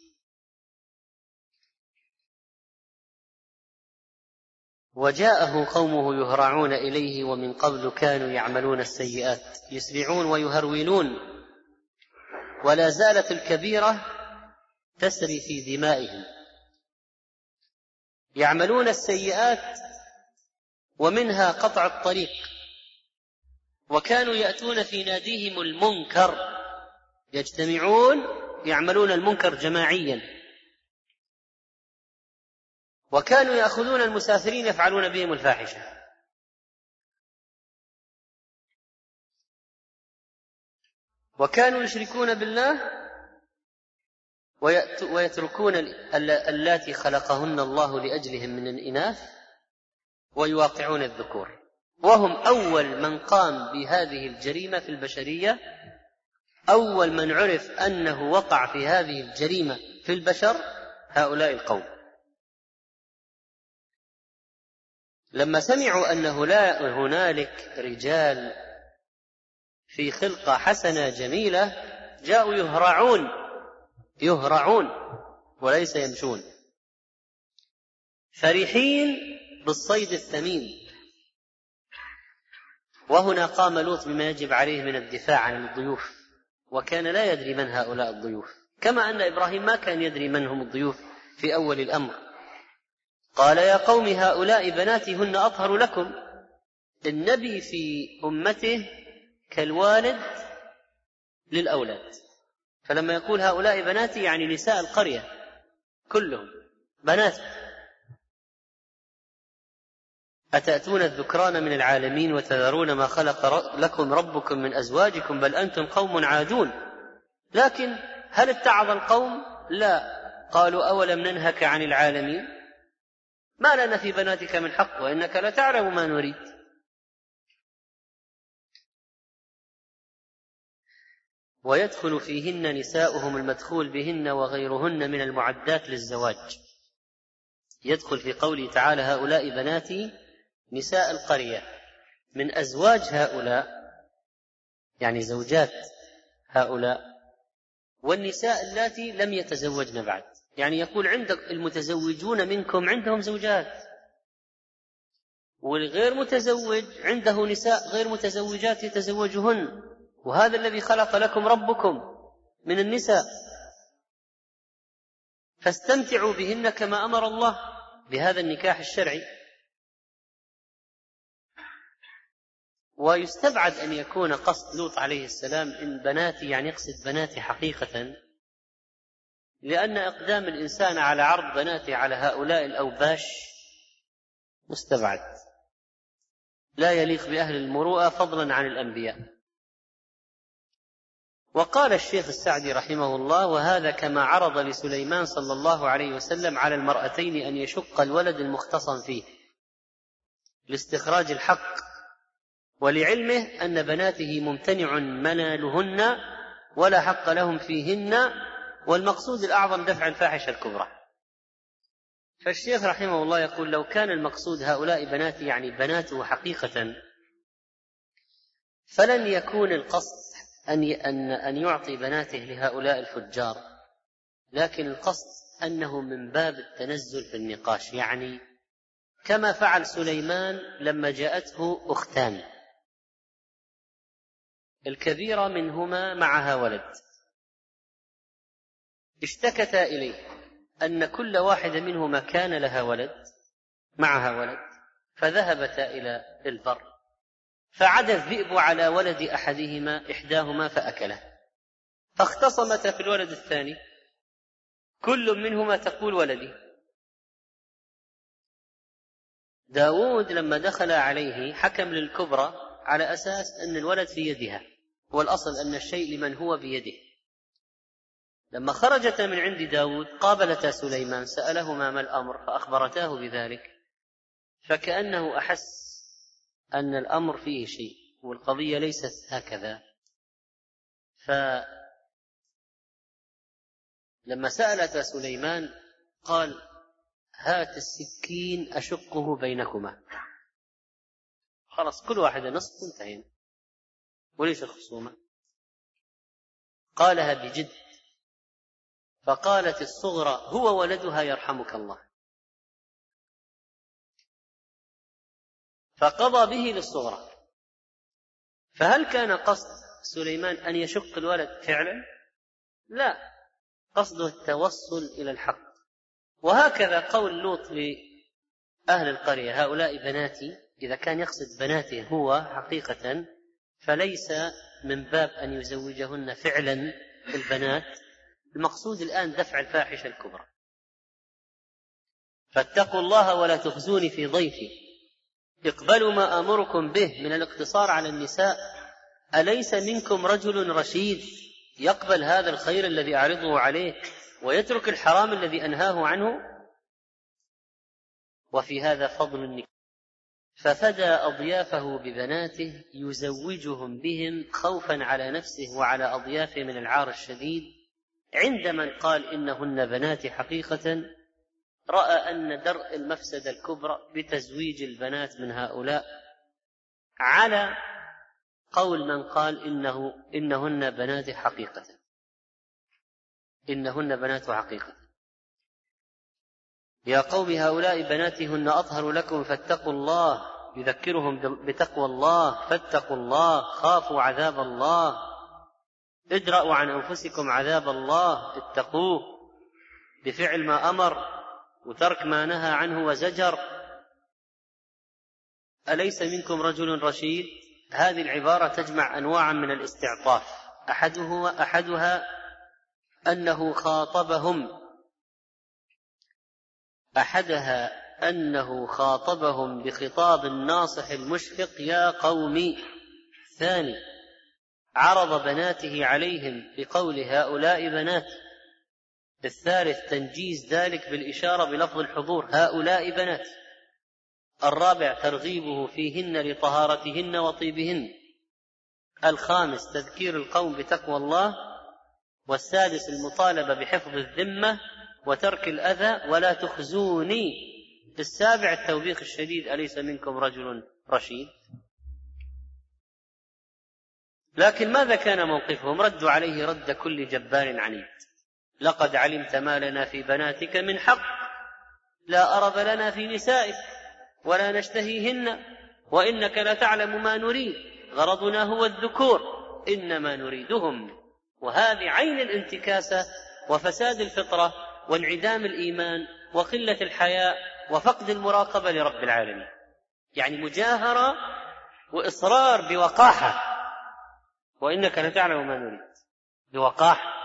وجاءه قومه يهرعون إليه ومن قبل كانوا يعملون السيئات يسرعون ويهرولون، ولا زالت الكبيرة تسري في دمائهم. يعملون السيئات ومنها قطع الطريق، وكانوا يأتون في ناديهم المنكر، يجتمعون يعملون المنكر جماعيا، وكانوا يأخذون المسافرين يفعلون بهم الفاحشة. وكانوا يشركون بالله ويتركون اللاتي خلقهن الله لأجلهم من الإناث ويواقعون الذكور، وهم أول من قام بهذه الجريمة في البشرية. أول من عرف أنه وقع في هذه الجريمة في البشر هؤلاء القوم، لما سمعوا أنه لا هنالك رجال في خلقة حسنة جميلة جاءوا يهرعون وليس يمشون، فرحين بالصيد الثمين. وهنا قام لوط بما يجب عليه من الدفاع عن الضيوف، وكان لا يدري من هؤلاء الضيوف، كما أن إبراهيم ما كان يدري من هم الضيوف في أول الأمر. قال يا قوم هؤلاء بناتي هن أطهر لكم. النبي في أمته كالوالد للأولاد، فلما يقول هؤلاء بناتي يعني نساء القرية كلهم بنات. أتأتون الذكران من العالمين وتذرون ما خلق لكم ربكم من أزواجكم بل أنتم قوم عادون. لكن هل اتعظ القوم؟ لا، قالوا أولم ننهك عن العالمين ما لنا في بناتك من حق وإنك لتعلم ما نريد. ويدخل فيهن نساؤهم المدخول بهن وغيرهن من المعدات للزواج. يدخل في قوله تعالى هؤلاء بناتي نساء القرية من أزواج هؤلاء، يعني زوجات هؤلاء، والنساء اللاتي لم يتزوجن بعد، يعني يقول عندك المتزوجون منكم عندهم زوجات، والغير متزوج عنده نساء غير متزوجات يتزوجهن، وهذا الذي خلق لكم ربكم من النساء، فاستمتعوا بهن كما أمر الله بهذا النكاح الشرعي. ويستبعد أن يكون قصد لوط عليه السلام إن بناتي يعني يقصد بناتي حقيقة، لأن إقدام الإنسان على عرض بناته على هؤلاء الأوباش مستبعد، لا يليق بأهل المروءة فضلا عن الأنبياء. وقال الشيخ السعدي رحمه الله: وهذا كما عرض لسليمان صلى الله عليه وسلم على المرأتين أن يشق الولد المختصم فيه لاستخراج الحق، ولعلمه أن بناته ممتنع منالهن ولا حق لهم فيهن، والمقصود الأعظم دفع الفاحشة الكبرى. فالشيخ رحمه الله يقول: لو كان المقصود هؤلاء بناتي يعني بناته حقيقة، فلن يكون القصد أن يعطي بناته لهؤلاء الفجار، لكن القصد أنه من باب التنزل في النقاش، يعني كما فعل سليمان لما جاءته أختان، الكبيرة منهما معها ولد، اشتكتا إليه أن كل واحدة منهما كان لها ولد معها ولد، فذهبتا إلى البر، فعدى الذئب على ولد إحداهما فأكله، فاختصمتا في الولد الثاني، كل منهما تقول ولدي. داود لما دخل عليه حكم للكبرى على أساس أن الولد في يدها، والأصل أن الشيء لمن هو بيده. لما خرجتا من عند داود قابلتا سليمان، سألهما ما الأمر، فأخبرتاه بذلك، فكأنه أحس أن الأمر فيه شيء والقضية ليست هكذا. فلما سألتا سليمان قال: هات السكين أشقه بينكما، خلاص كل واحدة نصف انتهينا، وليش الخصومة؟ قالها بجد، فقالت الصغرى: هو ولدها يرحمك الله، فقضى به للصغرى. فهل كان قصد سليمان أن يشق الولد فعلا؟ لا، قصده التوصل إلى الحق. وهكذا قول لوط لأهل القرية: هؤلاء بناتي، إذا كان يقصد بناته هو حقيقة فليس من باب أن يزوجهن فعلا البنات، المقصود الآن دفع الفاحشة الكبرى. فاتقوا الله ولا تخزوني في ضيفي، اقبلوا ما آمركم به من الاقتصار على النساء، أليس منكم رجل رشيد يقبل هذا الخير الذي أعرضه عليه ويترك الحرام الذي أنهاه عنه؟ وفي هذا فضل النكاح. ففدى أضيافه ببناته يزوجهم بهم خوفا على نفسه وعلى أضيافه من العار الشديد، عندما قال: إنهن بناتي حقيقة، رأى أن درء المفسدة الكبرى بتزويج البنات من هؤلاء على قول من قال إنهن بنات حقيقة، إنهن بنات حقيقة. يا قوم هؤلاء بناتي هن أطهر لكم فاتقوا الله، يذكرهم بتقوى الله، فاتقوا الله، خافوا عذاب الله، ادرأوا عن أنفسكم عذاب الله، اتقوه بفعل ما أمر وترك ما نهى عنه وزجر. أليس منكم رجل رشيد؟ هذه العبارة تجمع أنواعا من الاستعطاف، أحدها أنه خاطبهم بخطاب الناصح المشفق: يا قومي. ثاني، عرض بناته عليهم بقول: هؤلاء بناتي. الثالث، تنجيز ذلك بالإشارة بلفظ الحضور: هؤلاء بناتي. الرابع، ترغيبه فيهن لطهارتهن وطيبهن. الخامس، تذكير القوم بتقوى الله. والسادس، المطالبة بحفظ الذمة وترك الأذى ولا تخزوني. السابع، التوبيخ الشديد: أليس منكم رجل رشيد؟ لكن ماذا كان موقفهم؟ ردوا عليه رد كل جبار عنيد: لقد علمت ما لنا في بناتك من حق، لا أرب لنا في نسائك ولا نشتهيهن، وإنك لتعلم ما نريد، غرضنا هو الذكور، إنما نريدهم. وهذه عين الانتكاسة وفساد الفطرة وانعدام الإيمان وقلة الحياء وفقد المراقبة لرب العالمين، يعني مجاهرة وإصرار بوقاحة، وإنك لتعلم ما نريد، بوقاحة.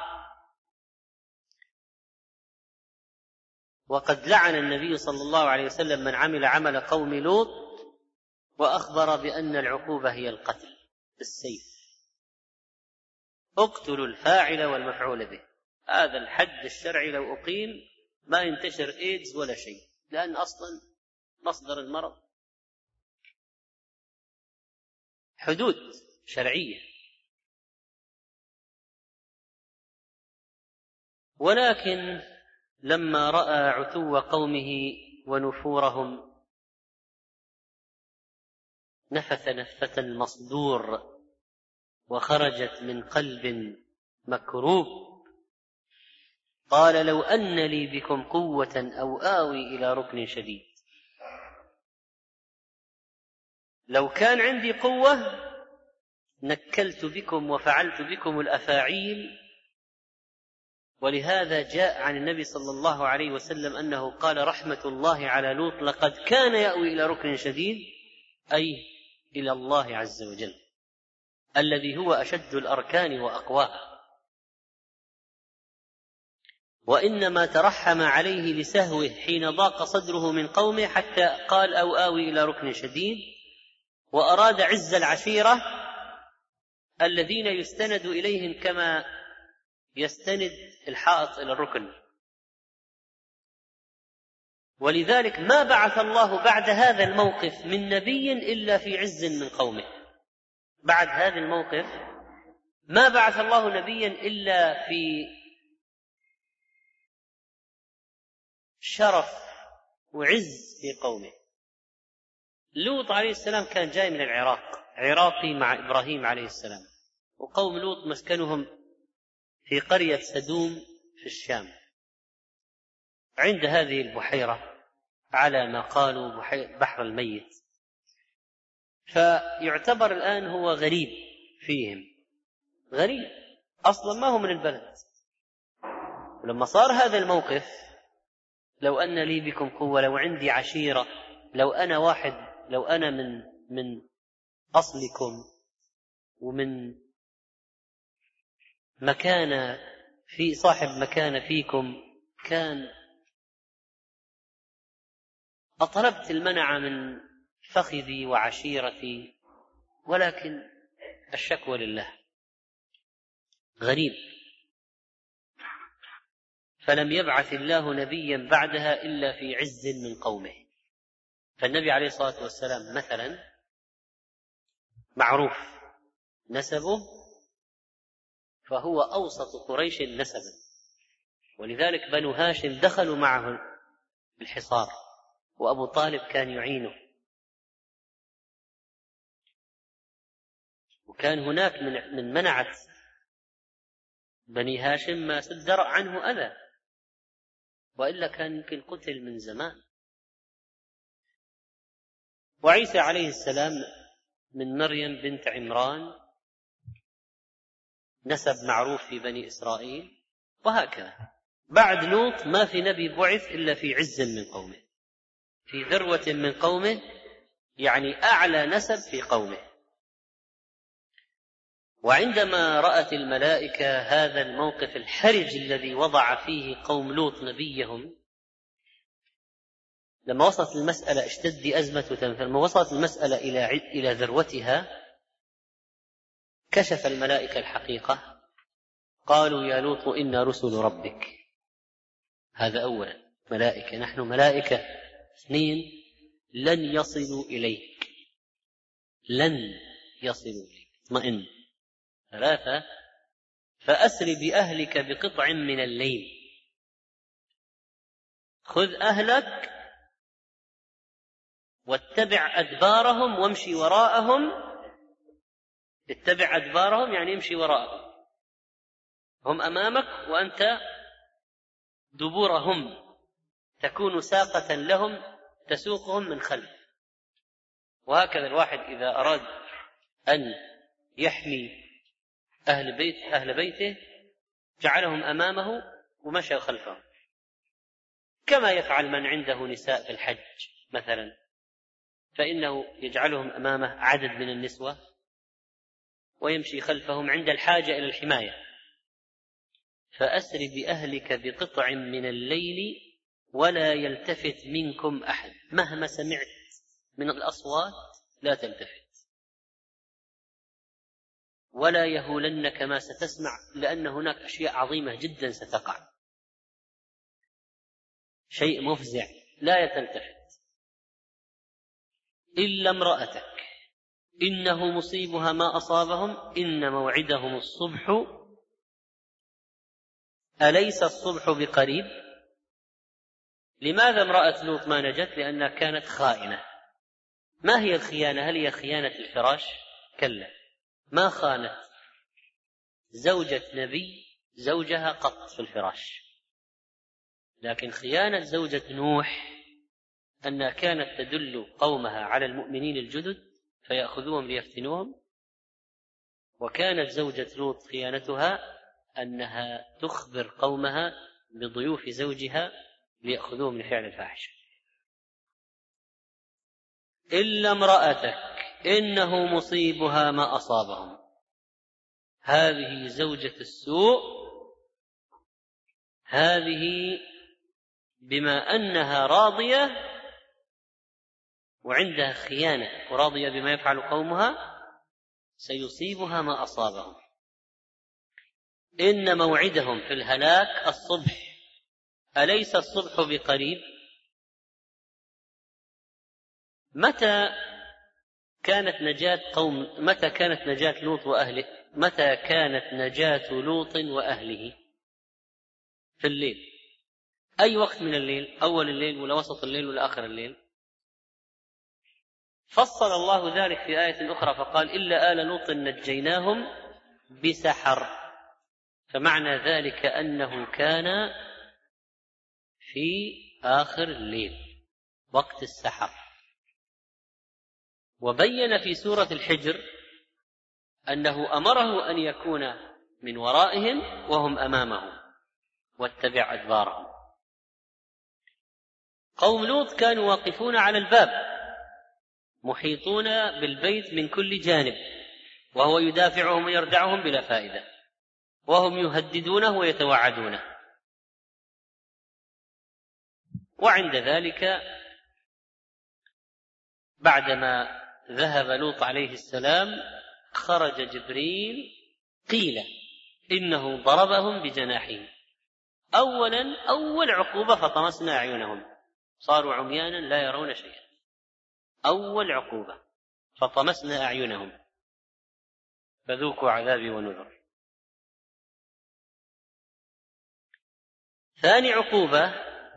وقد لعن النبي صلى الله عليه وسلم من عمل عمل قوم لوط، وأخبر بأن العقوبة هي القتل بالسيف، اقتلوا الفاعل والمفعول به. هذا الحد الشرعي لو أقيم ما ينتشر إيدز ولا شيء، لأن أصلا مصدر المرض حدود شرعية. ولكن لما رأى عتو قومه ونفورهم نفث نفثة المصدور، وخرجت من قلب مكروب، قال لو أن لي بكم قوة أو آوي إلى ركن شديد. لو كان عندي قوة نكلت بكم وفعلت بكم الأفاعيل. ولهذا جاء عن النبي صلى الله عليه وسلم أنه قال رحمة الله على لوط لقد كان يأوي إلى ركن شديد، أي إلى الله عز وجل الذي هو أشد الأركان وأقواها، وإنما ترحم عليه لسهوه حين ضاق صدره من قومه حتى قال أو آوي إلى ركن شديد، وأراد عز العشيرة الذين يستند إليهم كما يستند الحائط إلى الركن. ولذلك ما بعث الله بعد هذا الموقف من نبي إلا في عز من قومه. بعد هذا الموقف ما بعث الله نبيا إلا في شرف وعز في قومه. لوط عليه السلام كان جاي من العراق، عراقي مع إبراهيم عليه السلام، وقوم لوط مسكنهم في قرية سدوم في الشام عند هذه البحيرة على ما قالوا بحر الميت، فيعتبر الآن هو غريب فيهم، غريب أصلا ما هو من البلد. ولما صار هذا الموقف لو أن لي بكم قوة، لو عندي عشيرة، لو أنا واحد، لو أنا من أصلكم ومن مكانة في صاحب مكانة فيكم، كان أطلبت المنع من فخذي وعشيرتي، ولكن الشكوى لله. غريب. فلم يبعث الله نبيا بعدها إلا في عز من قومه. فالنبي عليه الصلاة والسلام مثلا معروف نسبه، فهو أوسط قريش نسبا، ولذلك بنو هاشم دخلوا معه الحصار، وأبو طالب كان يعينه، وكان هناك من منعت بني هاشم ما صدر عنه أذى، وإلا كان يمكن قتل من زمان. وعيسى عليه السلام من مريم بنت عمران، نسب معروف في بني إسرائيل، وهكذا. بعد لوط ما في نبي بعث إلا في عز من قومه، في ذروة من قومه، يعني أعلى نسب في قومه. وعندما رأت الملائكة هذا الموقف الحرج الذي وضع فيه قوم لوط نبيهم، لما وصلت المسألة اشتد أزمة، لما وصلت المسألة إلى ذروتها كشف الملائكة الحقيقة، قالوا يا لوط إنا رسل ربك. هذا أولا، ملائكة، نحن ملائكة. اثنين، لن يصلوا إليك، لن يصلوا إليك، اطمئن. ثلاثة، فأسر بأهلك بقطع من الليل، خذ أهلك واتبع أدبارهم وامشي وراءهم. اتبع أدبارهم يعني امشي وراءهم، هم أمامك وأنت دبورهم، تكون ساقة لهم تسوقهم من خلف. وهكذا الواحد إذا أراد أن يحمي أهل بيته جعلهم أمامه ومشى خلفهم، كما يفعل من عنده نساء في الحج مثلا، فإنه يجعلهم أمامه عدد من النسوة ويمشي خلفهم عند الحاجة إلى الحماية. فأسر بأهلك بقطع من الليل ولا يلتفت منكم أحد، مهما سمعت من الأصوات لا تلتفت، ولا يهولنك ما ستسمع، لأن هناك أشياء عظيمة جدا ستقع، شيء مفزع، لا تلتفت. إلا امرأتك إنه مصيبها ما أصابهم إن موعدهم الصبح أليس الصبح بقريب. لماذا امرأة لوط ما نجت؟ لأنها كانت خائنة. ما هي الخيانة؟ هل هي خيانة الفراش؟ كلا، ما خانت زوجة نبي زوجها قط في الفراش، لكن خيانة زوجة نوح أنها كانت تدل قومها على المؤمنين الجدد فيأخذوهم ليفتنوهم، وكانت زوجة لوط خيانتها أنها تخبر قومها بضيوف زوجها ليأخذوهم لفعل الفاحشة. إلا امرأتك إنه مصيبها ما أصابهم، هذه زوجة السوء، هذه بما أنها راضية وعندها خيانة وراضية بما يفعل قومها سيصيبها ما أصابهم. إن موعدهم في الهلاك الصبح أليس الصبح بقريب. متى كانت نجاة لوط وأهله؟ متى كانت نجاة لوط وأهله؟ في الليل. أي وقت من الليل؟ أول الليل ولا وسط الليل ولا آخر الليل؟ فصل الله ذلك في آية أخرى فقال إلا آل لوط نجيناهم بسحر، فمعنى ذلك أنه كان في آخر الليل وقت السحر. وبين في سورة الحجر أنه أمره أن يكون من ورائهم وهم أمامهم واتبع أدبارهم. قوم لوط كانوا واقفون على الباب محيطون بالبيت من كل جانب، وهو يدافعهم ويردعهم بلا فائدة، وهم يهددونه ويتوعدونه. وعند ذلك بعدما ذهب لوط عليه السلام خرج جبريل، قيل إنه ضربهم بجناحه. أول عقوبة فطمسنا أعينهم، صاروا عميانا لا يرون شيئا. أول عقوبة فطمسنا أعينهم فذوقوا عذابي ونذر. ثاني عقوبة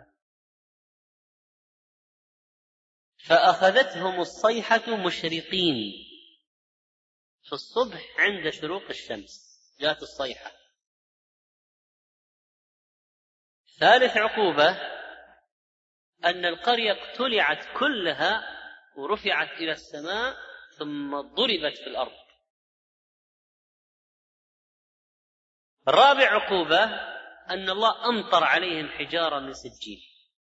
فأخذتهم الصيحة مشرقين، في الصبح عند شروق الشمس جاءت الصيحة. ثالث عقوبة أن القرية اقتلعت كلها ورفعت إلى السماء ثم ضربت في الأرض. رابع عقوبة أن الله أمطر عليهم حجارة من سجيل.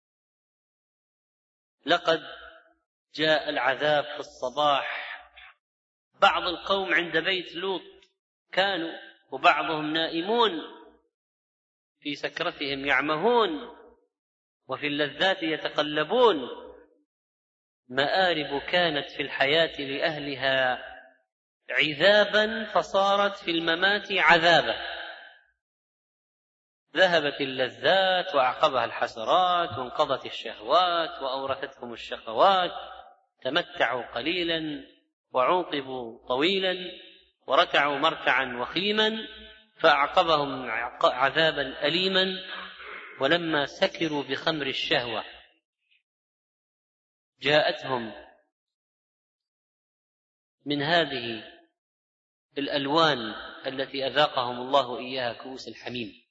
لقد جاء العذاب في الصباح، بعض القوم عند بيت لوط كانوا وبعضهم نائمون في سكرتهم يعمهون وفي اللذات يتقلبون. مآرب كانت في الحياة لأهلها عذابا فصارت في الممات عذابا. ذهبت اللذات وأعقبها الحسرات وانقضت الشهوات وأورثتهم الشقوات. تمتعوا قليلا وعوقبوا طويلا وركعوا مركعا وخيما فأعقبهم عذابا أليما. ولما سكروا بخمر الشهوة جاءتهم من هذه الألوان التي أذاقهم الله إياها كؤوس الحميم.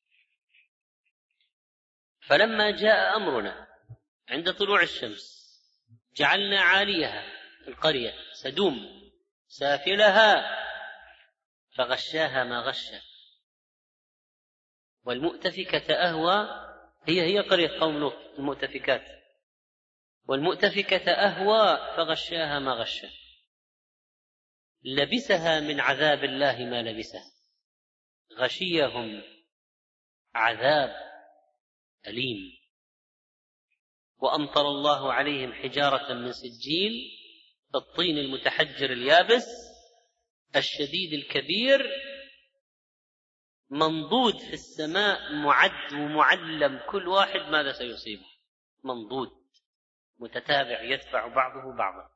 فلما جاء أمرنا عند طلوع الشمس جعلنا عاليها القرية سدوم سافلها فغشاها ما غشا والمؤتفكة أهوى. هي قرية قوم لوط المؤتفكات. والمؤتفكة أهوى فغشاها ما غشا، لبسها من عذاب الله ما لبسها، غشيهم عذاب أليم. وأمطر الله عليهم حجارة من سجيل، الطين المتحجر اليابس الشديد الكبير، منضود في السماء، معد ومعلم كل واحد ماذا سيصيبه، منضود متتابع يتبع بعضه بعضا،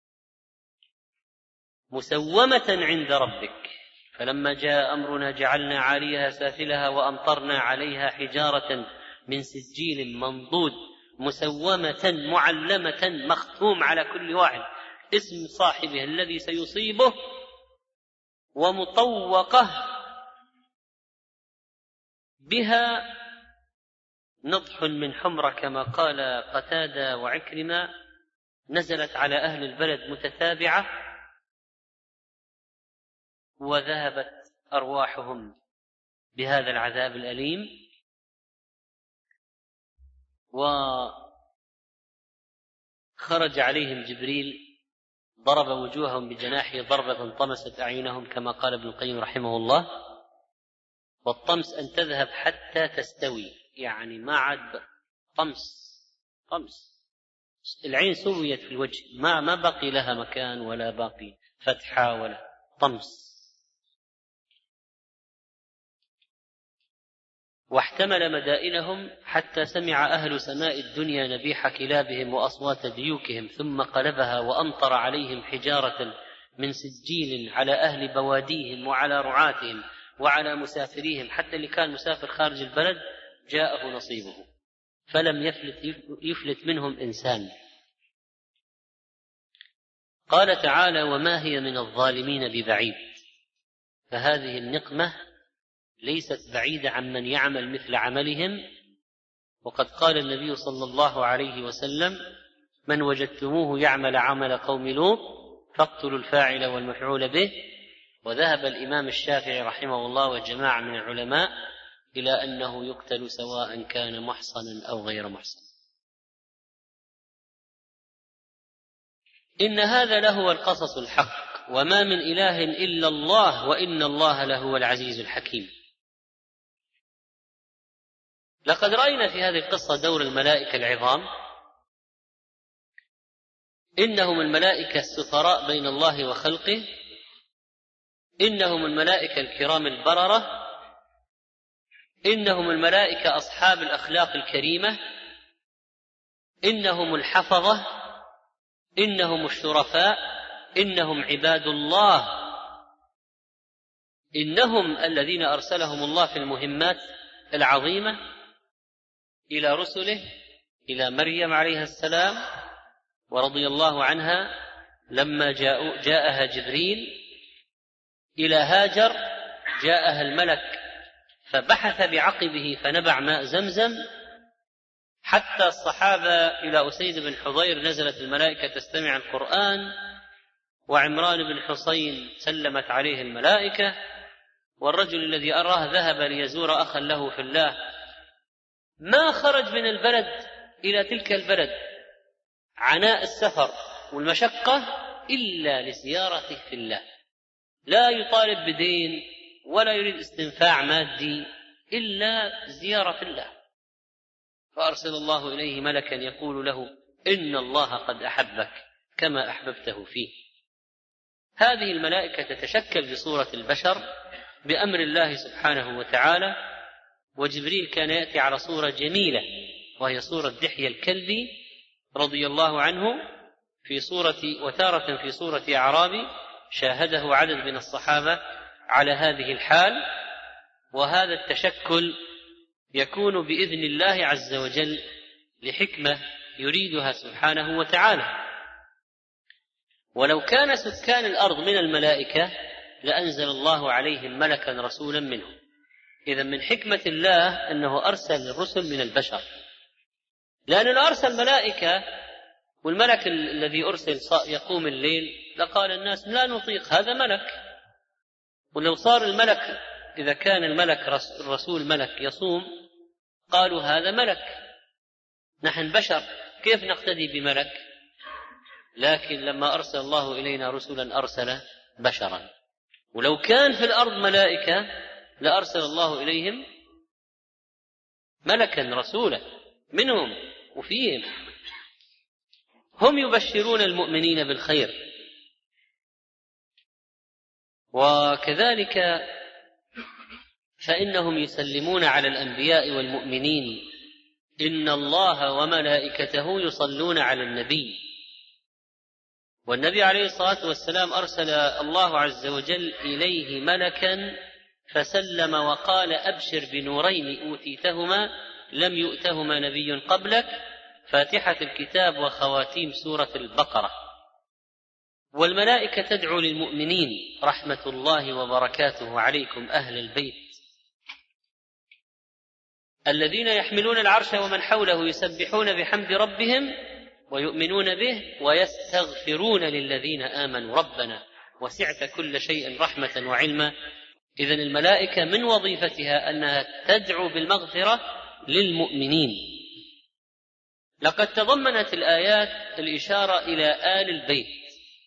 مسومة عند ربك. فلما جاء أمرنا جعلنا عاليها سافلها وأمطرنا عليها حجارة من سجيل منضود مسومة معلمة، مختوم على كل واحد اسم صاحبه الذي سيصيبه، ومطوقة بها نضح من حمرة كما قال قتادة وعكرمة، نزلت على أهل البلد متتابعة وذهبت أرواحهم بهذا العذاب الأليم. وخرج عليهم جبريل ضرب وجوههم بجناحه ضربة طمست أعينهم كما قال ابن القيم رحمه الله. والطمس أن تذهب حتى تستوي، يعني ما عاد طمس، العين سويت في الوجه، ما بقي لها مكان ولا باقي فتحة ولا طمس. واحتمل مدائنهم حتى سمع أهل سماء الدنيا نبيح كلابهم وأصوات ديوكهم، ثم قلبها وأمطر عليهم حجارة من سجيل على أهل بواديهم وعلى رعاتهم وعلى مسافريهم، حتى اللي كان مسافر خارج البلد جاءه نصيبه فلم يفلت منهم إنسان. قال تعالى: وما هي من الظالمين ببعيد. فهذه النقمة ليست بعيدة عن من يعمل مثل عملهم. وقد قال النبي صلى الله عليه وسلم: من وجدتموه يعمل عمل قوم لوط فاقتلوا الفاعل والمفعول به. وذهب الإمام الشافعي رحمه الله وجماعة من العلماء إلى أنه يقتل سواء كان محصنا أو غير محصن. إن هذا لهو القصص الحق، وما من إله إلا الله، وإن الله لهو العزيز الحكيم. لقد رأينا في هذه القصة دور الملائكة العظام، إنهم الملائكة السفراء بين الله وخلقه، إنهم الملائكة الكرام البررة، إنهم الملائكة أصحاب الأخلاق الكريمة، إنهم الحفظة، إنهم الشرفاء، إنهم عباد الله، إنهم الذين أرسلهم الله في المهمات العظيمة إلى رسله، إلى مريم عليها السلام ورضي الله عنها لما جاءها جبريل، إلى هاجر جاءها الملك فبحث بعقبه فنبع ماء زمزم، حتى الصحابة إلى أسيد بن حضير نزلت الملائكة تستمع القرآن، وعمران بن حصين سلمت عليه الملائكة، والرجل الذي أراه ذهب ليزور أخا له في الله ما خرج من البلد إلى تلك البلد عناء السفر والمشقة إلا لزيارته في الله، لا يطالب بدين ولا يريد استنفاع مادي إلا زيارة في الله. فأرسل الله إليه ملكا يقول له: إن الله قد أحبك كما أحببته فيه. هذه الملائكة تتشكل بصورة البشر بأمر الله سبحانه وتعالى، وجبريل كان يأتي على صورة جميلة وهي صورة دحية الكلبي رضي الله عنه في صورة، وتارة في صورة أعرابي، شاهده عدد من الصحابة على هذه الحال. وهذا التشكل يكون بإذن الله عز وجل لحكمة يريدها سبحانه وتعالى. ولو كان سكان الأرض من الملائكة لأنزل الله عليهم ملكا رسولا منهم. إذن من حكمة الله أنه أرسل الرسل من البشر، لأنه أرسل ملائكة والملك الذي أرسل يقوم الليل لقال الناس لا نطيق، هذا ملك. ولو صار الملك، إذا كان الملك الرسول ملك يصوم قالوا هذا ملك، نحن بشر كيف نقتدي بملك؟ لكن لما أرسل الله إلينا رسلا أرسل بشرا، ولو كان في الأرض ملائكة لأرسل الله إليهم ملكا رسولا منهم وفيهم، هم يبشرون المؤمنين بالخير. وكذلك فإنهم يسلمون على الأنبياء والمؤمنين: إن الله وملائكته يصلون على النبي. والنبي عليه الصلاة والسلام أرسل الله عز وجل إليه ملكا فسلم وقال: أبشر بنورين أوتيتهما لم يؤتهما نبي قبلك، فاتحة الكتاب وخواتيم سورة البقرة. والملائكة تدعو للمؤمنين: رحمة الله وبركاته عليكم أهل البيت الذين يحملون العرش ومن حوله يسبحون بحمد ربهم ويؤمنون به ويستغفرون للذين آمنوا ربنا وسعت كل شيء رحمة وعلما. إذن الملائكة من وظيفتها أنها تدعو بالمغفرة للمؤمنين. لقد تضمنت الآيات الإشارة إلى آل البيت.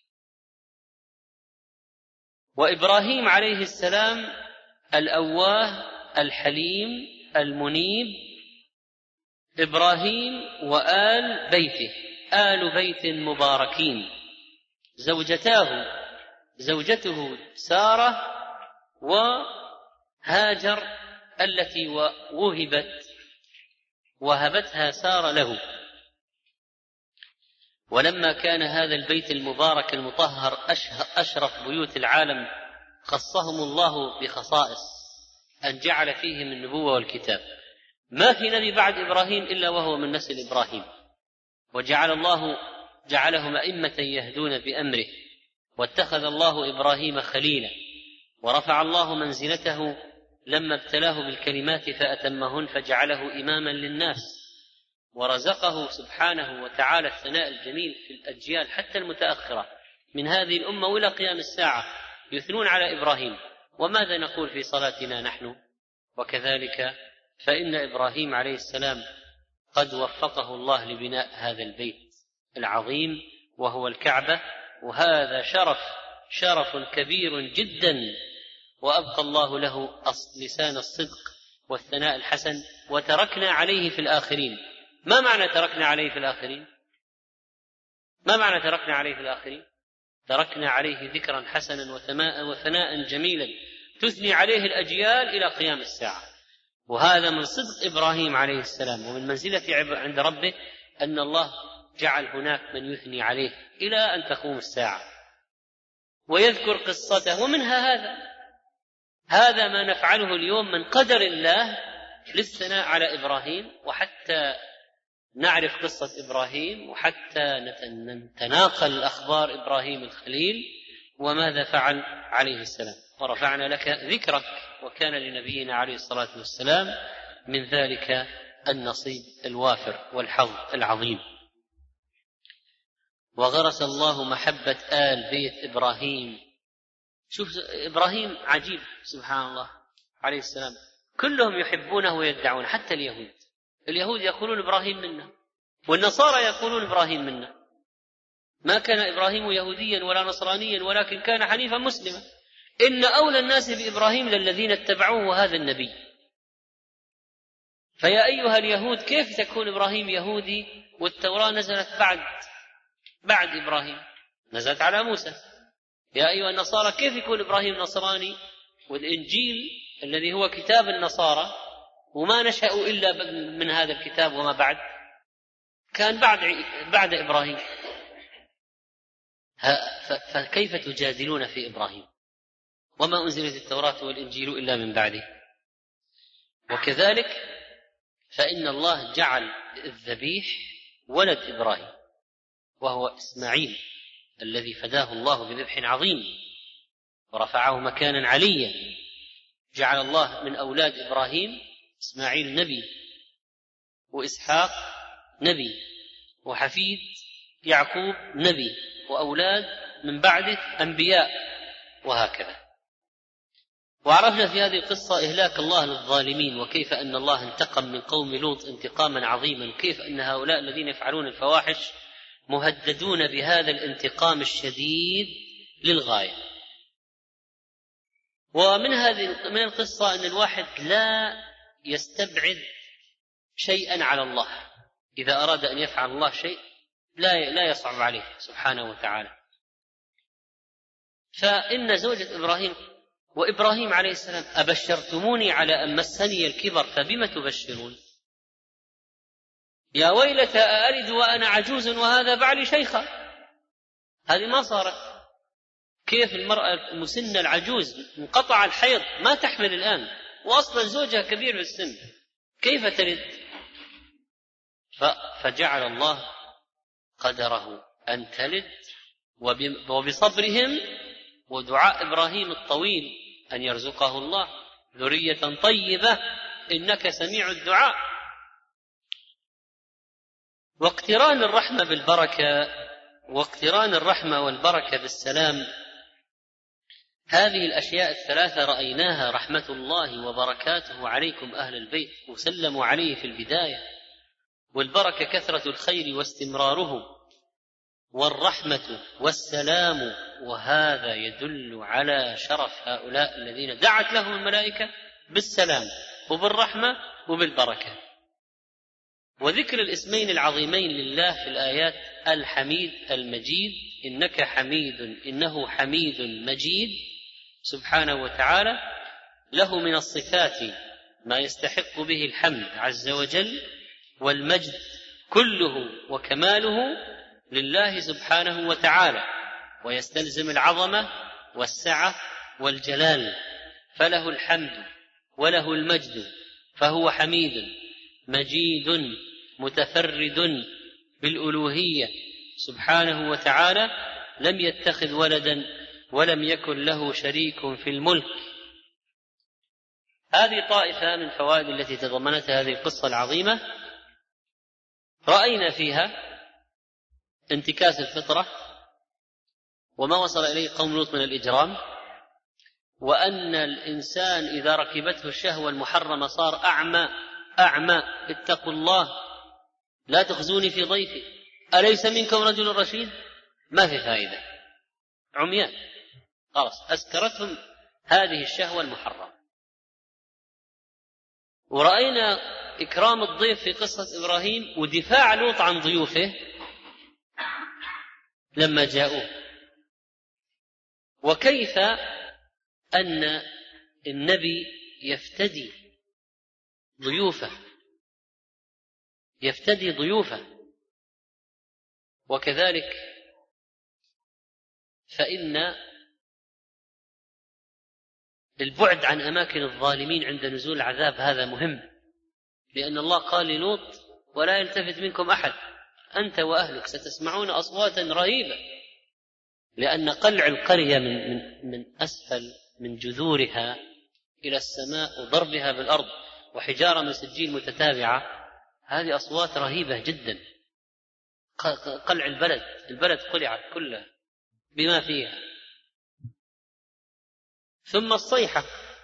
وإبراهيم عليه السلام الأواه الحليم المنيب، إبراهيم وآل بيته آل بيت مباركين، زوجته سارة وهاجر التي وهبتها سارة له. ولما كان هذا البيت المبارك المطهر أشرف بيوت العالم خصهم الله بخصائص أن جعل فيهم النبوة والكتاب. ما في نبي بعد إبراهيم إلا وهو من نسل إبراهيم، جعلهم أئمة يهدون بأمره، واتخذ الله إبراهيم خليلا، ورفع الله منزلته لما ابتلاه بالكلمات فأتمهن فجعله إماما للناس، ورزقه سبحانه وتعالى الثناء الجميل في الأجيال حتى المتأخرة من هذه الأمة وإلى قيام الساعة يثنون على إبراهيم. وماذا نقول في صلاتنا نحن؟ وكذلك فإن إبراهيم عليه السلام قد وفقه الله لبناء هذا البيت العظيم وهو الكعبة، وهذا شرف كبير جدا، وأبقى الله له لسان الصدق والثناء الحسن، وتركنا عليه في الآخرين. ما معنى تركنا عليه في الآخرين؟ تركنا عليه ذكرا حسنا وثناء جميلا تثني عليه الأجيال إلى قيام الساعة. وهذا من صدق إبراهيم عليه السلام ومن منزلته عند ربه أن الله جعل هناك من يثني عليه إلى أن تقوم الساعة ويذكر قصته. ومنها هذا ما نفعله اليوم من قدر الله للثناء على إبراهيم، وحتى نعرف قصة إبراهيم، وحتى نتناقل أخبار إبراهيم الخليل وماذا فعل عليه السلام. ورفعنا لك ذكرك، وكان لنبينا عليه الصلاة والسلام من ذلك النصيب الوافر والحظ العظيم. وغرس الله محبة آل بيت إبراهيم. شوف إبراهيم عجيب سبحان الله عليه السلام، كلهم يحبونه ويدعون، حتى اليهود يقولون إبراهيم منا، والنصارى يقولون إبراهيم منا. ما كان إبراهيم يهوديا ولا نصرانيا ولكن كان حنيفا مسلما. إن أولى الناس بإبراهيم للذين اتبعوه وهذا النبي. فيا أيها اليهود كيف تكون إبراهيم يهودي والتوراة نزلت بعد إبراهيم، نزلت على موسى؟ يا أيها النصارى كيف يكون إبراهيم نصراني والإنجيل الذي هو كتاب النصارى وما نشأوا إلا من هذا الكتاب وما بعد كان بعد إبراهيم؟ فكيف تجادلون في إبراهيم وما أنزلت التوراة والإنجيل إلا من بعده؟ وكذلك فإن الله جعل الذبيح ولد إبراهيم وهو إسماعيل الذي فداه الله بذبح عظيم ورفعه مكانا عليا. جعل الله من أولاد إبراهيم إسماعيل نبي، وإسحاق نبي، وحفيد يعقوب نبي، وأولاد من بعده أنبياء، وهكذا. وعرفنا في هذه القصة إهلاك الله للظالمين، وكيف أن الله انتقم من قوم لوط انتقاما عظيما، وكيف أن هؤلاء الذين يفعلون الفواحش مهددون بهذا الانتقام الشديد للغاية. من القصة أن الواحد لا يستبعد شيئا على الله، إذا أراد أن يفعل الله شيء لا يصعب عليه سبحانه وتعالى. فإن زوجة إبراهيم وإبراهيم عليه السلام: أبشرتموني على أن مسني الكبر فبم تبشرون؟ يا ويلتى أألد وأنا عجوز وهذا بعلي شيخا. هذه ما صارت. كيف المرأة المسنة العجوز منقطع الحيض ما تحمل الآن، وأصلا زوجها كبير في السن، كيف تلد؟ فجعل الله قدره أن تلد، وبصبرهم ودعاء إبراهيم الطويل أن يرزقه الله ذرية طيبة إنك سميع الدعاء. واقتران الرحمة بالبركة، واقتران الرحمة والبركة بالسلام، هذه الأشياء الثلاثة رأيناها رحمة الله وبركاته عليكم أهل البيت، وسلموا عليه في البداية. والبركة كثرة الخير واستمراره، والرحمة والسلام، وهذا يدل على شرف هؤلاء الذين دعت لهم الملائكة بالسلام وبالرحمة وبالبركة. وذكر الاسمين العظيمين لله في الآيات: الحميد المجيد، إنك حميد إنه حميد مجيد سبحانه وتعالى، له من الصفات ما يستحق به الحمد عز وجل، والمجد كله وكماله لله سبحانه وتعالى، ويستلزم العظمة والسعة والجلال، فله الحمد وله المجد، فهو حميد مجيد متفرد بالألوهية سبحانه وتعالى، لم يتخذ ولدا ولم يكن له شريك في الملك. هذه طائفة من فوائد التي تضمنتها هذه القصة العظيمة. رأينا فيها انتكاس الفطرة وما وصل إليه قوم لوط من الإجرام، وأن الإنسان إذا ركبته الشهوة المحرمة صار أعمى. اتقوا الله لا تخزوني في ضيفي أليس منكم رجل رشيد. ما في فائدة، عميان، خلاص أسكرتهم هذه الشهوة المحرمة. ورأينا إكرام الضيف في قصة إبراهيم، ودفاع لوط عن ضيوفه لما جاءوه، وكيف أن النبي يفتدي ضيوفه. وكذلك فإن البعد عن أماكن الظالمين عند نزول العذاب هذا مهم، لأن الله قال للوط: ولا يلتفت منكم أحد أنت وأهلك ستسمعون أصواتا رهيبة، لأن قلع القرية من أسفل من جذورها إلى السماء وضربها بالأرض وحجارة من سجيل متتابعة، هذه أصوات رهيبة جدا. قلع البلد قلعت كلها بما فيها. ثم الصيحة،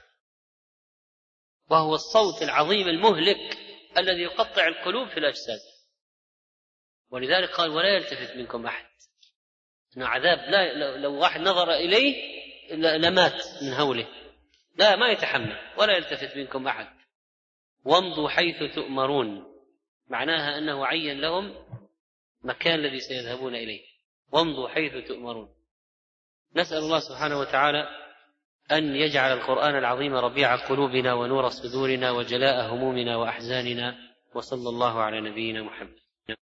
وهو الصوت العظيم المهلك الذي يقطع القلوب في الأجساد، ولذلك قال: ولا يلتفت منكم أحد. إنه عذاب لو واحد نظر إليه لمات من هوله، لا ما يتحمل. ولا يلتفت منكم أحد وامضوا حيث تؤمرون، معناها أنه عين لهم مكان الذي سيذهبون إليه. وامضوا حيث تؤمرون. نسأل الله سبحانه وتعالى أن يجعل القرآن العظيم ربيع قلوبنا ونور صدورنا وجلاء همومنا وأحزاننا، وصلى الله على نبينا محمد.